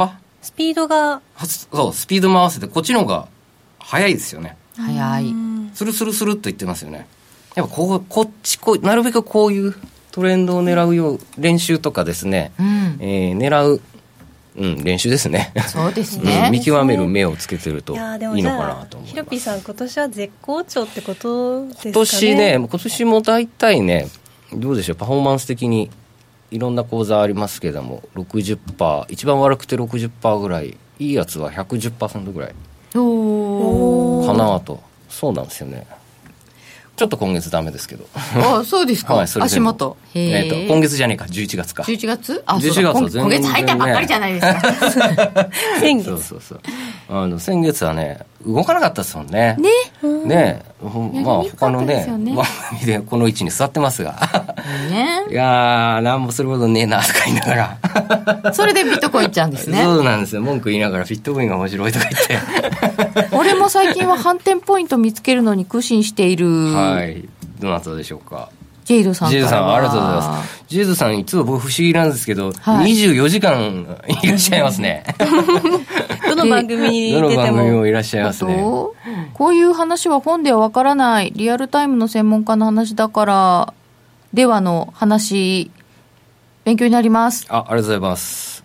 スピードがそうスピードも合わせてこっちの方が速いですよね。 速い。 スルスルスルっといってますよね。やっぱこうこっちこうなるべくこういうトレンドを狙うよう練習とかですね、うんえー、狙う、うん、練習ですね。 そうですね、 うん、見極める目をつけてるといいのかなと思います。 ヒロピーさん今年は絶好調ってことですかね。 今年ね今年も大体ねどうでしょうパフォーマンス的にいろんな講座ありますけども ろくじゅっパーセント 一番悪くて ろくじゅっパーセント ぐらいいいやつは ひゃくじゅっパーセント ぐらいおかなと。そうなんですよね。ちょっと今月ダメですけど。 ああそうですか、はい、それで足元へ、えー、と今月じゃねえかじゅういちがつかじゅういちがつあじゅういちがつは全然、 ね、今月入ったばっかりじゃないですか。 先月そうそうそうあの先月はね動かなかったですもんね。 ねねまあ他のね番組でこの位置に座ってますがねいやー何もすることねえなとか言いながらそれでビットコインいっちゃうんですね。 そうなんですよ。文句言いながらビットコインが面白いとか言って俺も最近は反転ポイント見つけるのに苦心している。 はいどなたでしょうか。 ジェイドさんからは。 ジェイドさんありがとうございます。ジェイドさんいつも僕不思議なんですけど、はい、にじゅうよじかんいらっしゃいますね。 どの番組に出てもどの番組もいらっしゃいますね。 こういう話は本ではわからないリアルタイムの専門家の話だからではの話勉強になります。 あ、ありがとうございます。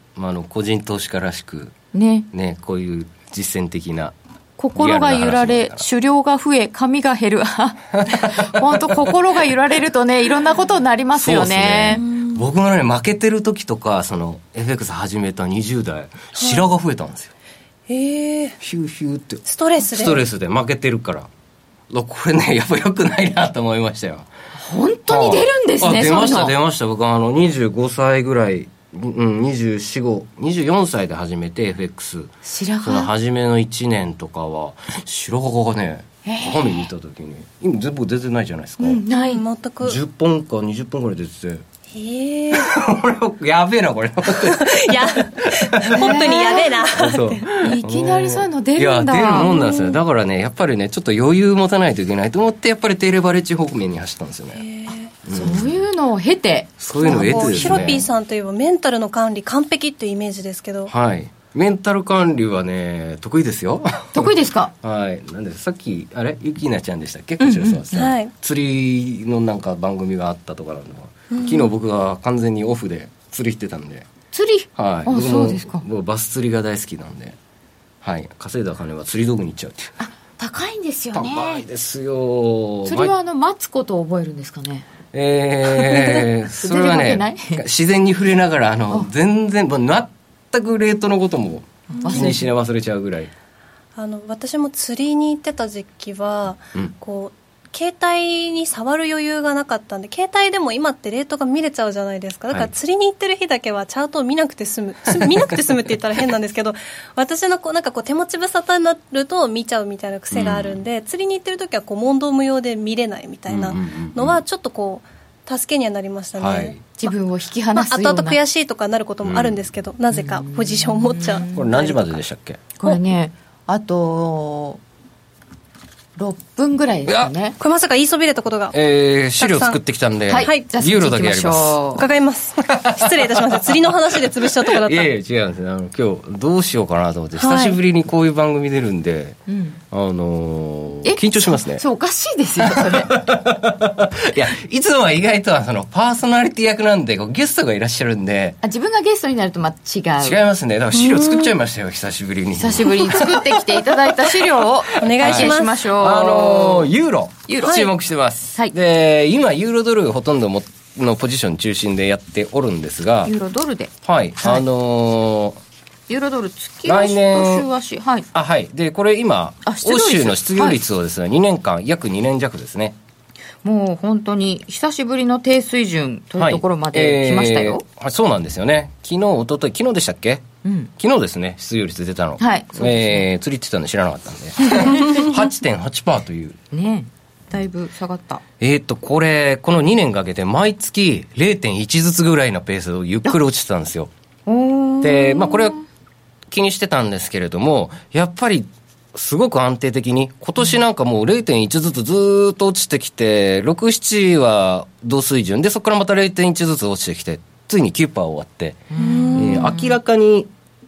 まあ、あの個人投資家らしくね、 ねこういう実践的な心が揺られ狩猟が増え髪が減る本当心が揺られるとねいろんなことになりますよ ね, そうですね。僕もね負けてる時とかその エフエックス 始めたにじゅう代白が増えたんですよ。 へえー、 ヒューヒューってストレスでストレスで負けてるからこれねやっぱ良くないなと思いましたよ。 本当に出るんですね。 あ出ました出ました。僕はあのにじゅうごさいぐらいうん、にじゅうよん、ご、にじゅうよんさいで始めて エフエックス白その初めのいちねんとかは白髪がね鏡見た時に今全部出てないじゃないですか、うん、 ない全くじゅっぽんかにじゅっぽんぐらい出ててへえこれやべえなこれいや本当にやべえなそういきなりそういうの出るんだ。 いや出るもんなんですよ。だからねやっぱりねちょっと余裕持たないといけないと思ってやっぱりテレバレッジ方面に走ったんですよね。 うん、そういうのを経てそういうのを経てですね。 ヒロピーさんといえばメンタルの管理完璧っていうイメージですけど。 はいメンタル管理はね得意ですよ。 得意ですか。 はいなんでさっきあれゆきなちゃんでしたっけこちらさん、うんうんはい、釣りのなんか番組があったとかなんで、うん、昨日僕が完全にオフで釣り行ってたんで。 釣りはいあそうですか。 僕バス釣りが大好きなんで、はい、稼いだ金は釣り道具に行っちゃうっていう。 あ高いんですよね。 高いですよ。 釣りはあの待つことを覚えるんですかね。 えー、それはね自然に触れながらあの全然全くレートのことも気にしな忘れちゃうぐらい。 あの私も釣りに行ってた時期は、うん、こう携帯に触る余裕がなかったんで携帯でも今ってレートが見れちゃうじゃないですか。だから釣りに行ってる日だけはチャートを見なくて済む見なくて済むって言ったら変なんですけど私のこうなんかこう手持ち無沙汰になると見ちゃうみたいな癖があるんで、うん、釣りに行ってる時はこう問答無用で見れないみたいなのはちょっとこう助けにはなりましたね、はい、 自分を引き離すような、 まあ、後々悔しいとかなることもあるんですけど、うん、なぜかポジションを持っちゃう。 これ何時まででしたっけ。 これねあとろっぷんぐらいですかね。 これまさか言いそびれたことが、 えー、資料作ってきたんで、 はい、 じゃあユーロだけやります。 伺います失礼いたしました釣りの話で潰しちゃうとこだった。 いやいや違うんですね。あの今日どうしようかなと思って、はい、久しぶりにこういう番組出るんで、うん、あのー、緊張しますね。 そうおかしいですよそれいやいつもは意外とはそのパーソナリティ役なんでこうゲストがいらっしゃるんで。 あ自分がゲストになるとま違う。 違いますね。だから資料作っちゃいましたよ久しぶりに。 久しぶりに作ってきていただいた資料をお願いしましょう。 あのーユーロ、ユーロ注目してます、はい、で今ユーロドルほとんどものポジション中心でやっておるんですがユーロドルではい、はい、あのー、 ユーロドル月足と週足はいあはいでこれ今欧州の失業率をですね、はい、にねんかん約にねん弱ですね。 もう本当に久しぶりの低水準というところまで来ましたよ、はいえー、そうなんですよね。昨日一昨日昨日でしたっけ、うん、昨日ですね失業率出たの、 はいそうですね、 えー、釣りって言ったんで知らなかったんで はちてんはちパーセント というねだいぶ下がった。 えー、っとこれこのにねんかけて毎月 れいてんいち ずつぐらいのペースをゆっくり落ちてたんですよ。でまあこれは気にしてたんですけれどもやっぱりすごく安定的に今年なんかもう れいてんいち ずつずっと落ちてきてろく、ななは同水準でそこからまた れいてんいち ずつ落ちてきてついに きゅうパーセント 終わって、えー、明らかに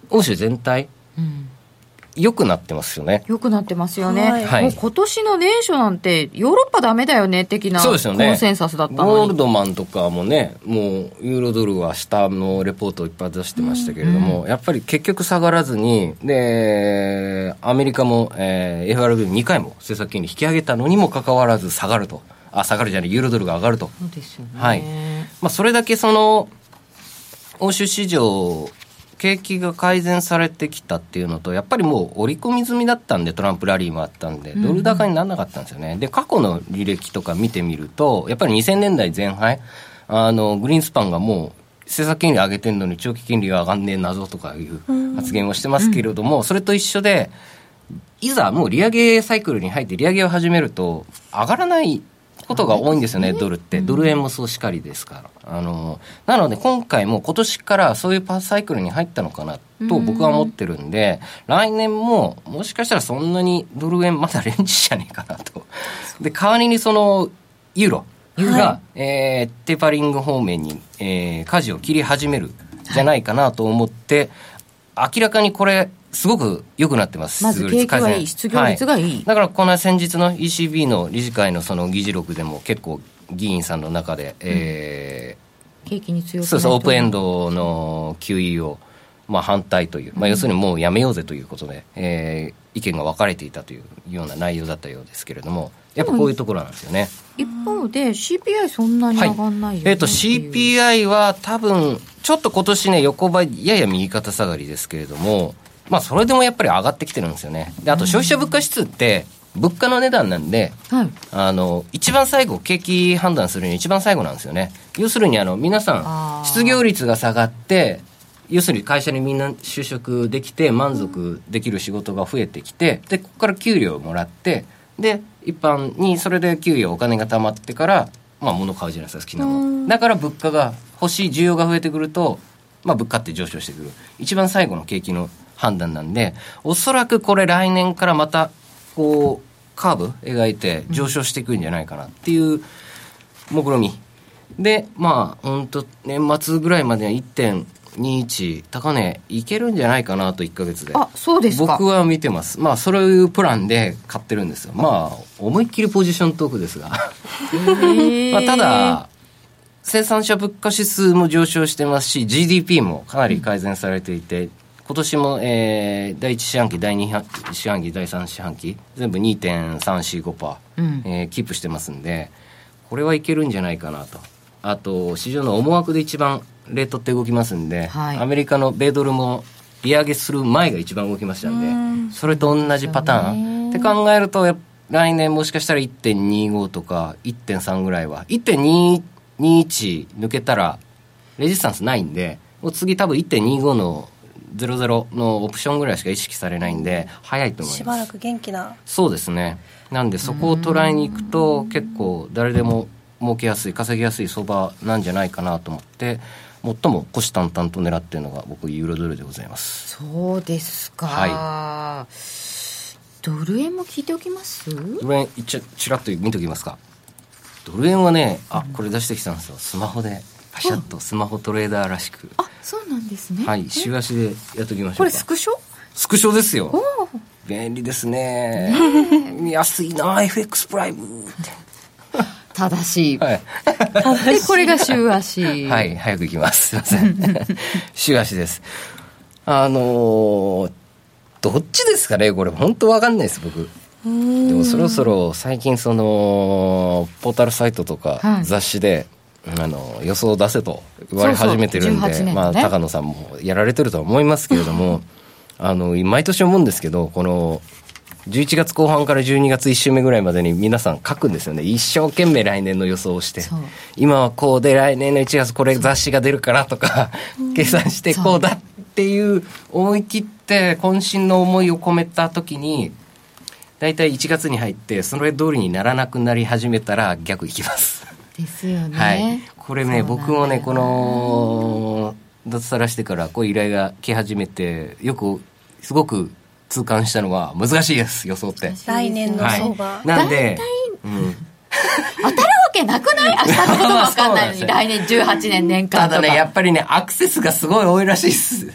欧州全体、うん良くなってますよね。 良くなってますよね、 はい、 もう今年の年初なんてヨーロッパダメだよね的なコンセンサスだったのに、 ゴールドマンとかもねもうユーロドルは下のレポートをいっぱい出してましたけれども、うんうん、やっぱり結局下がらずにでアメリカも、えー、エフアールビー にかいも政策金利引き上げたのにもかかわらず下がるとあ下がるじゃないユーロドルが上がると。 そうですよね、 はいまあ、それだけその欧州市場景気が改善されてきたっていうのとやっぱりもう織り込み済みだったんでトランプラリーもあったんでドル高にならなかったんですよね、うん、で過去の履歴とか見てみるとやっぱりにせんねんだいぜん半あのグリーンスパンがもう政策金利上げてるのに長期金利が上がんねえ謎とかいう発言をしてますけれども、うん、それと一緒でいざもう利上げサイクルに入って利上げを始めると上がらないことが多いんですよね、ドルって。ドル円もそうしかりですから。あの、なので今回も今年からそういうパーサイクルに入ったのかなと僕は思ってるんで、来年ももしかしたらそんなにドル円まだレンジじゃねえかなと。で、代わりにそのユーロが、はい、えー、テーパリング方面に、えー、舵を切り始めるじゃないかなと思って、はい、明らかにこれすごく良くなってます。 まず景気はいい、失業率がいい、 はい、だからこの先日の イーシービー の理事会のその議事録でも結構議員さんの中で、うん、えー、景気に強くそうそうオープンエンドの キューイー を、まあ、反対という、まあ、要するにもうやめようぜということで、うん、えー、意見が分かれていたというような内容だったようですけれども、やっぱこういうところなんですよね。 一方で シーピーアイ そんなに上がんないよね、 はい、えーと シーピーアイ は多分ちょっと今年ね横ばいやや右肩下がりですけれども、まあ、それでもやっぱり上がってきてるんですよね。であと消費者物価指数って物価の値段なんで、はい、あの一番最後景気判断するに一番最後なんですよね。要するにあの皆さん失業率が下がって要するに会社にみんな就職できて満足できる仕事が増えてきて、でここから給料をもらってで一般にそれで給与お金が貯まってから、まあ、物買うじゃないですか好きなものだから物価が欲しい需要が増えてくると、まあ、物価って上昇してくる一番最後の景気の判断なんで、おそらくこれ来年からまたこうカーブ描いて上昇していくんじゃないかなっていう目論みで、まあ本当年末ぐらいまでは いってんにいち 高値いけるんじゃないかなといっかげつで。 あ、そうですか。 僕は見てます。まあそういうプランで買ってるんですよ。まあ思いっきりポジショントークですがまあただ生産者物価指数も上昇してますし ジーディーピー もかなり改善されていて、今年も、えー、だいいち四半期だいに四半期だいさん四半期全部 にてんさんよんごパーセント、うん、えー、キープしてますんで、これはいけるんじゃないかなと。あと市場の思惑で一番レートって動きますんで、はい、アメリカの米ドルも利上げする前が一番動きましたんで、んそれと同じパターンって考えると来年もしかしたら いってんにご とか いってんさん ぐらいは いってんにいち 抜けたらレジスタンスないんで、もう次多分 いってんにご のゼロゼロのオプションぐらいしか意識されないんで早いと思います。 しばらく元気な。 そうですね。なんでそこを捉えに行くと結構誰でも儲けやすい稼ぎやすい相場なんじゃないかなと思って、最も虎視眈々と狙っているのが僕ユーロドルでございます。 そうですか、はい、ドル円も聞いておきます。 ドル円一応ちらっと見ておきますか。ドル円はね、あ、これ出してきたんですよ。スマホでパシャッとスマホトレーダーらしく。 あ、そうなんですね。 はい、週足でやっときましょうか。 これスクショスクショですよ。便利ですね。安いな エフエックス プライムって正しい、はい、正しい。これが週足。 はい、早く行きます。すいません週足です。あのー、どっちですかねこれ本当わかんないです僕。でもそろそろ最近そのポータルサイトとか雑誌で、はい、あの予想を出せと言われ始めてるんで、そうそうね、まあ、高野さんもやられてるとは思いますけれどもあの毎年思うんですけど、このじゅういちがつこう半からじゅうにがついっ週目ぐらいまでに皆さん書くんですよね。一生懸命来年の予想をして、今はこうで来年のいちがつこれ雑誌が出るからとか計算してこうだっていう思い切って渾身の思いを込めた時にだいたいいちがつに入ってそれ通りにならなくなり始めたら逆いきますですよね、 はい、これね僕もねこの脱サラしてからこういう依頼が来始めてよくすごく痛感したのは難しいです予想って。 来年の相場、 はい、なんで、うん、 当たるわけなくない？明日のことも分かんないのに来年じゅうはちねん年間とか。 ただねやっぱりねアクセスがすごい多いらしいです。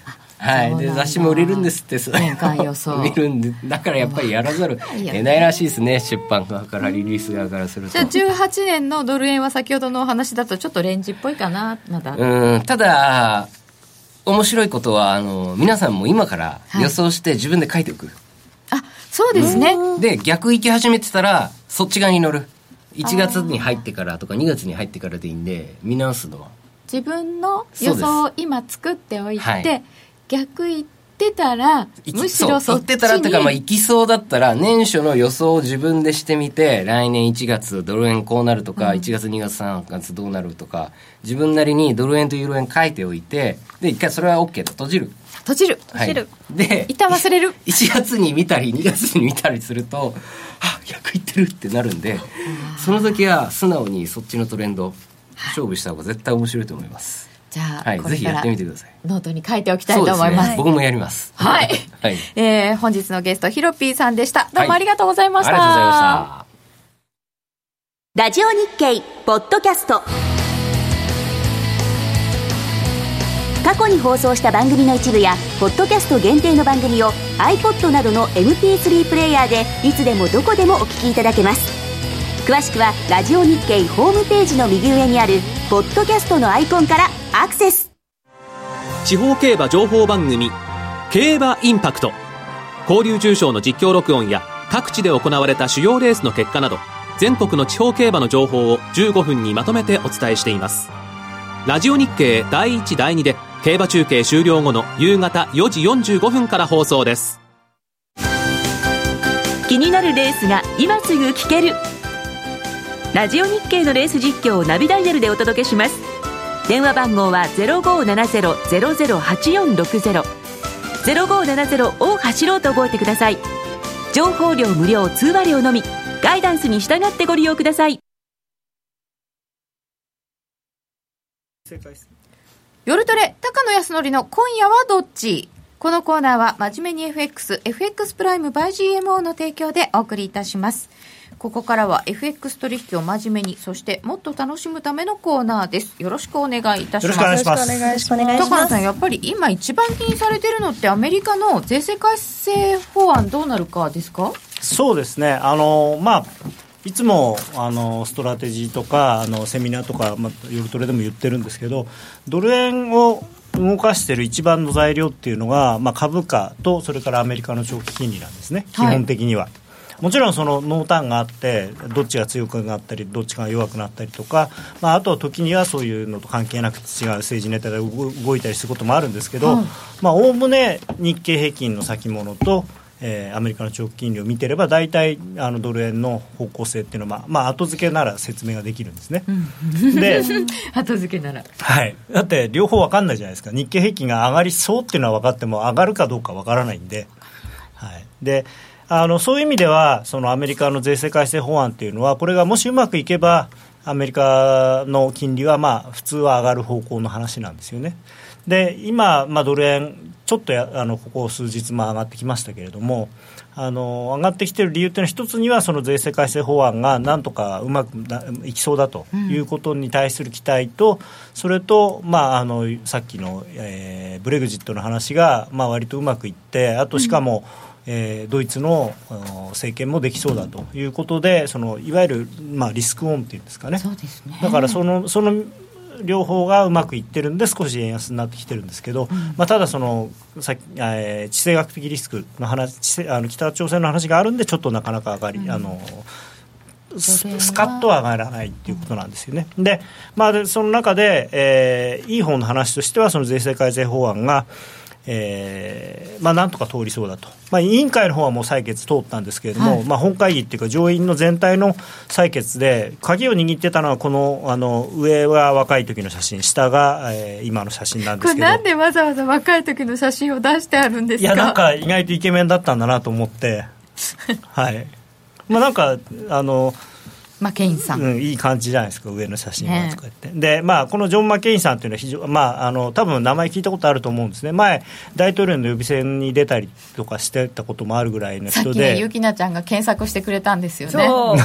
はい、で雑誌も売れるんですって。 年間予想見るんで、だからやっぱりやらざる得ないらしいですね、出版側からリリース側からすると。 じゃあじゅうはちねんのドル円は先ほどのお話だとちょっとレンジっぽいかな、まだ。 うん、ただ面白いことはあの皆さんも今から予想して自分で書いておく、 はい、あ、そうですね。 で逆行き始めてたらそっち側に乗る。いちがつに入ってからとかにがつに入ってからでいいんで、見直すのは自分の予想を今作っておいて、はい、逆行ってたらむしろそっちに行ってたらとか、まあ、行きそうだったら年初の予想を自分でしてみて、来年いちがつドル円こうなるとか、うん、いちがつにがつさんがつどうなるとか、自分なりにドル円とユーロ円書いておいて、で一回それは OK と閉じる閉じる、 はい、 閉じるで一旦忘れる。 いちがつに見たりにがつに見たりするとあ、逆いってるってなるんで、その時は素直にそっちのトレンド勝負した方が絶対面白いと思います。 じゃあ、 はい、ぜひやってみてください。 ノートに書いておきたいと思います。 ね、僕もやります。 はい、はい、えー、本日のゲストヒロピーさんでした。どうもありがとうございました。 はい、ありがとうございました。ラジオ日経ポッドキャスト、過去に放送した番組の一部やポッドキャスト限定の番組を iPod などの エムピースリー プレイヤーでいつでもどこでもお聞きいただけます。詳しくはラジオ日経ホームページの右上にあるポッドキャストのアイコンからアクセス。 地方競馬情報番組競馬インパクト、交流重賞の実況録音や各地で行われた主要レースの結果など全国の地方競馬の情報をじゅうごふんにまとめてお伝えしています。ラジオ日経だいいちだいにで競馬中継終了後の夕方よじよんじゅうごふんから放送です。 気になるレースが今すぐ聞ける。ラジオ日経のレース実況をナビダイヤルでお届けします。電話番号は ゼロごーななゼロ ゼロゼロはちよんろくゼロ ゼロごーななゼロを走ろうと覚えてください。情報量無料、通話料のみ、ガイダンスに従ってご利用ください。 夜トレ高野康則の今夜はどっち。このコーナーは真面目に エフエックス エフエックス プライム by ジーエムオー の提供でお送りいたします。ここからは エフエックス 取引を真面目に、そしてもっと楽しむためのコーナーです。よろしくお願いいたします。 よろしくお願いします。 高野さん、やっぱり今一番気にされてるのってアメリカの税制改正法案どうなるかですか？ そうですね、あのまあいつもあのストラテジーとかあのセミナーとか、まあ、夜トレでも言ってるんですけど、ドル円を動かしている一番の材料っていうのが、まあ、株価とそれからアメリカの長期金利なんですね、基本的には。はい、もちろんその濃淡があってどっちが強くなったりどっちが弱くなったりとか、まあ、あとは時にはそういうのと関係なく違う政治ネタで動いたりすることもあるんですけど、おおむね日経平均の先物とえー、アメリカの長期金利を見てれば大体あのドル円の方向性っていうのは、まあまあ、後付けなら説明ができるんですね、うん、で後付けなら、 はい、だって両方分かんないじゃないですか。日経平均が上がりそうっていうのは分かっても上がるかどうか分からないんで、はい、であのそういう意味ではそのアメリカの税制改正法案っていうのはこれがもしうまくいけばアメリカの金利はまあ普通は上がる方向の話なんですよね。で今、まあ、ドル円ちょっとやあのここ数日も上がってきましたけれども、あの上がってきている理由というのは一つにはその税制改正法案がなんとかうまくいきそうだということに対する期待と、うん、それと、まあ、あのさっきの、えー、ブレグジットの話が、まあ、割とうまくいってあとしかも、うんえー、ドイツの政権もできそうだということでそのいわゆる、まあ、リスクオンっていうんですかね。 そうですね。 だからそのその両方がうまくいってるんで少し円安になってきてるんですけど、うんまあ、ただそのさ、えー、地政学的リスクの話あの北朝鮮の話があるんでちょっとなかなか上がり、うん、あのス, スカッとは上がらないということなんですよね。で、まあ、でその中で、えー、いい方の話としてはその税制改正法案がえーまあ、なんとか通りそうだと、まあ、委員会の方はもう採決通ったんですけれども、はいまあ、本会議っていうか上院の全体の採決で鍵を握ってたのはこ の, あの上は若い時の写真下が、えー、今の写真なんですけど、 これなんでわざわざ若い時の写真を出してあるんですか？ いやなんか意外とイケメンだったんだなと思ってはいまあなんかあのマケインさん、 うん、いい感じじゃないですか上の写真がとか言って、ねでまあ、このジョン・マケインさんというのは非常、まあ、あの多分名前聞いたことあると思うんですね。前大統領の予備選に出たりとかしてたこともあるぐらいの人で、 さっきねゆきなちゃんが検索してくれたんですよね。 そう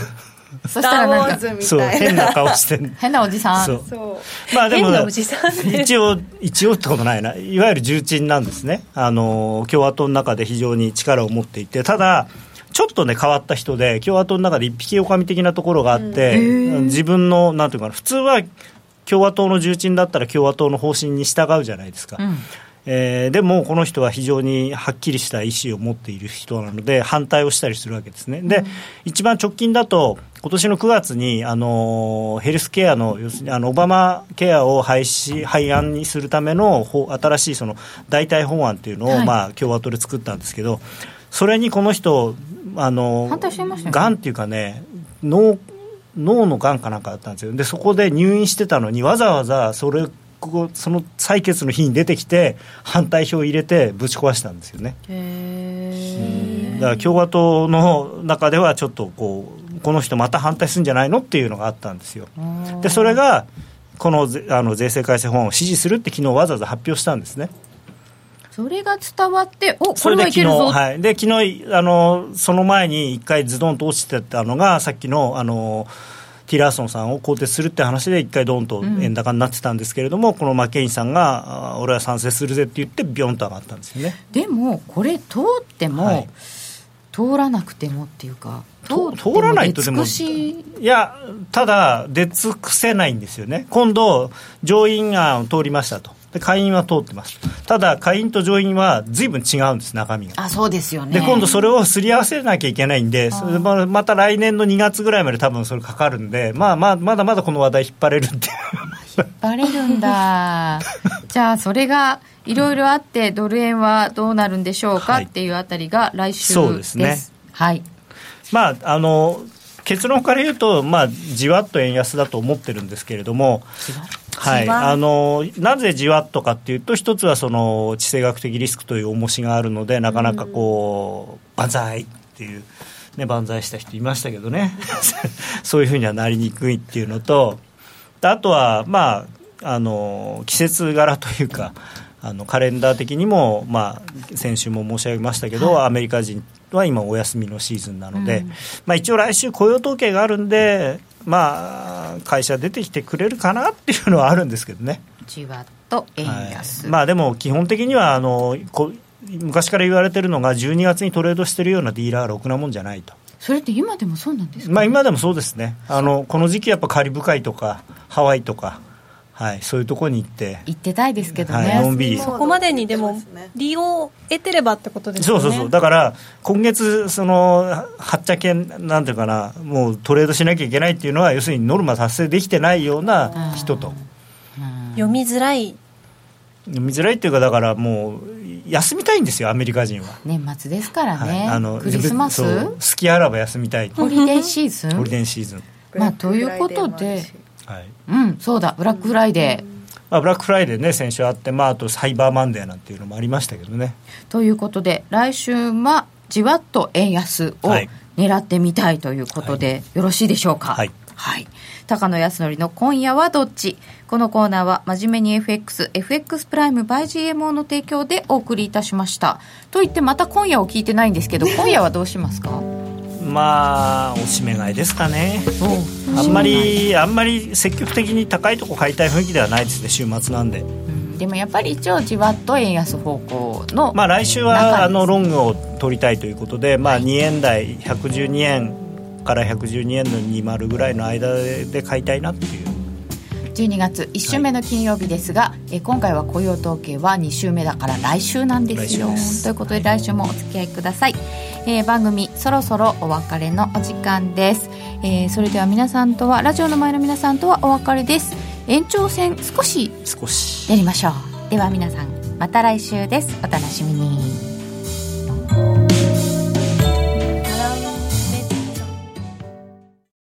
そしたらなんかそう変な顔してる変なおじさん。 そうそうまあでも、ね、 一応一応ってことないな、いわゆる重鎮なんですね。あの共和党の中で非常に力を持っていて、ただちょっとね変わった人で、共和党の中で一匹狼的なところがあって、うん、自分のなんていうかな、普通は共和党の重鎮だったら共和党の方針に従うじゃないですか、うんえー、でもこの人は非常にはっきりした意思を持っている人なので反対をしたりするわけですね。で、うん、一番直近だと今年のくがつにあのヘルスケアの要するにあのオバマケアを廃止廃案にするための新しいその代替法案というのを、はいまあ、共和党で作ったんですけど、それにこの人あの反対してましたよね。 がんっていうかね脳脳のがんかなんかだったんですよ。でそこで入院してたのにわざわざそれその採決の日に出てきて反対票を入れてぶち壊したんですよね。へー。だから共和党の中ではちょっとこうこの人また反対するんじゃないのっていうのがあったんですよ。でそれがこの、あの税制改正法案を支持するって昨日わざわざ発表したんですね。 それが伝わっておこれはいけるぞ。 それで昨日、はい、で昨日あのその前に一回ズドンと落ちてたのがさっきのあのティラーソンさんを更迭するって話で一回ドンと円高になってたんですけれども、うん、このマッケインさんが俺は賛成するぜって言ってビョンと上がったんですよね。 でもこれ通っても、はい、通らなくてもっていうか通, 通らないとでもいやただ出尽くせないんですよね。今度上院案通りましたと、で下院は通ってます。ただ下院と上院は随分違うんです、中身が。 あ、そうですよね。 で今度それをすり合わせなきゃいけないんで、それままた来年のにがつぐらいまで多分それかかるんで、まあ、まあまだまだこの話題引っ張れるっていう引っ張れるんだじゃあそれがいろいろあってドル円はどうなるんでしょうか、はい、っていうあたりが来週です。 そうですね、 はい。 まああの結論から言うと、まあ、じわっと円安だと思ってるんですけれども、はい、あのなぜじわっとかっていうと、一つはその地政学的リスクという重しがあるので、なかなかこう万歳っていう、ね、万歳した人いましたけどねそういうふうにはなりにくいっていうのと、あとは、まあ、あの季節柄というか、あのカレンダー的にも、まあ、先週も申し上げましたけど、はい、アメリカ人は今お休みのシーズンなので、うんまあ、一応来週雇用統計があるんで、まあ、会社出てきてくれるかなっていうのはあるんですけどね。 じわっと円安、 はいまあ、でも基本的にはあのこ昔から言われてるのがじゅうにがつにトレードしてるようなディーラーはろくなもんじゃないと。 それって今でもそうなんですか、ねまあ、今でもそうですね。あのこの時期やっぱカリブ海とかハワイとか、はい、そういうところに行って行ってたいですけどね、 はい、のんびりそこまでにでも利用を得てればってことですよね。 そうそうそう。だから今月そのはっちゃけなんていうかな、もうトレードしなきゃいけないっていうのは要するにノルマ達成できてないような人と、 読みづらい読みづらいっていうか、だからもう休みたいんですよ、アメリカ人は。 年末ですからね、はい、 あのクリスマス好きあらば休みたい、 ホリデーシーズンホリデーシーズン、 まあ、ということで、はいうん、そうだブラックフライデー、うんまあ、ブラックフライデーね先週あって、まあ、あとサイバーマンデーなんていうのもありましたけどね。 ということで来週はじわっと円安を狙ってみたいということで、はい、よろしいでしょうか。 はい、 はい、高野康則の今夜はどっち。このコーナーは真面目に エフエックス エフエックス プライム by ジーエムオー の提供でお送りいたしました。といってまた今夜を聞いてないんですけど今夜はどうしますか。 まあおしめ買いですかね。あんまりあんまり積極的に高いとこ買いたい雰囲気ではないですね、週末なんで、うん、 でもやっぱり一応じわっと円安方向の、 まあ、来週はあのロングを取りたいということで、まあ、にえん台ひゃくじゅうにえんからひゃくじゅうにえんのにじゅうぐらいの間で買いたいなっていう。 じゅうにがついち週目の金曜日ですが、はい、え今回は雇用統計はに週目だから来週なんですよ。ということで来週もお付き合いください。えー、番組そろそろお別れのお時間です。えー、それでは皆さんとはラジオの前の皆さんとはお別れです。延長戦少し少しやりましょう。では皆さんまた来週です。お楽しみに。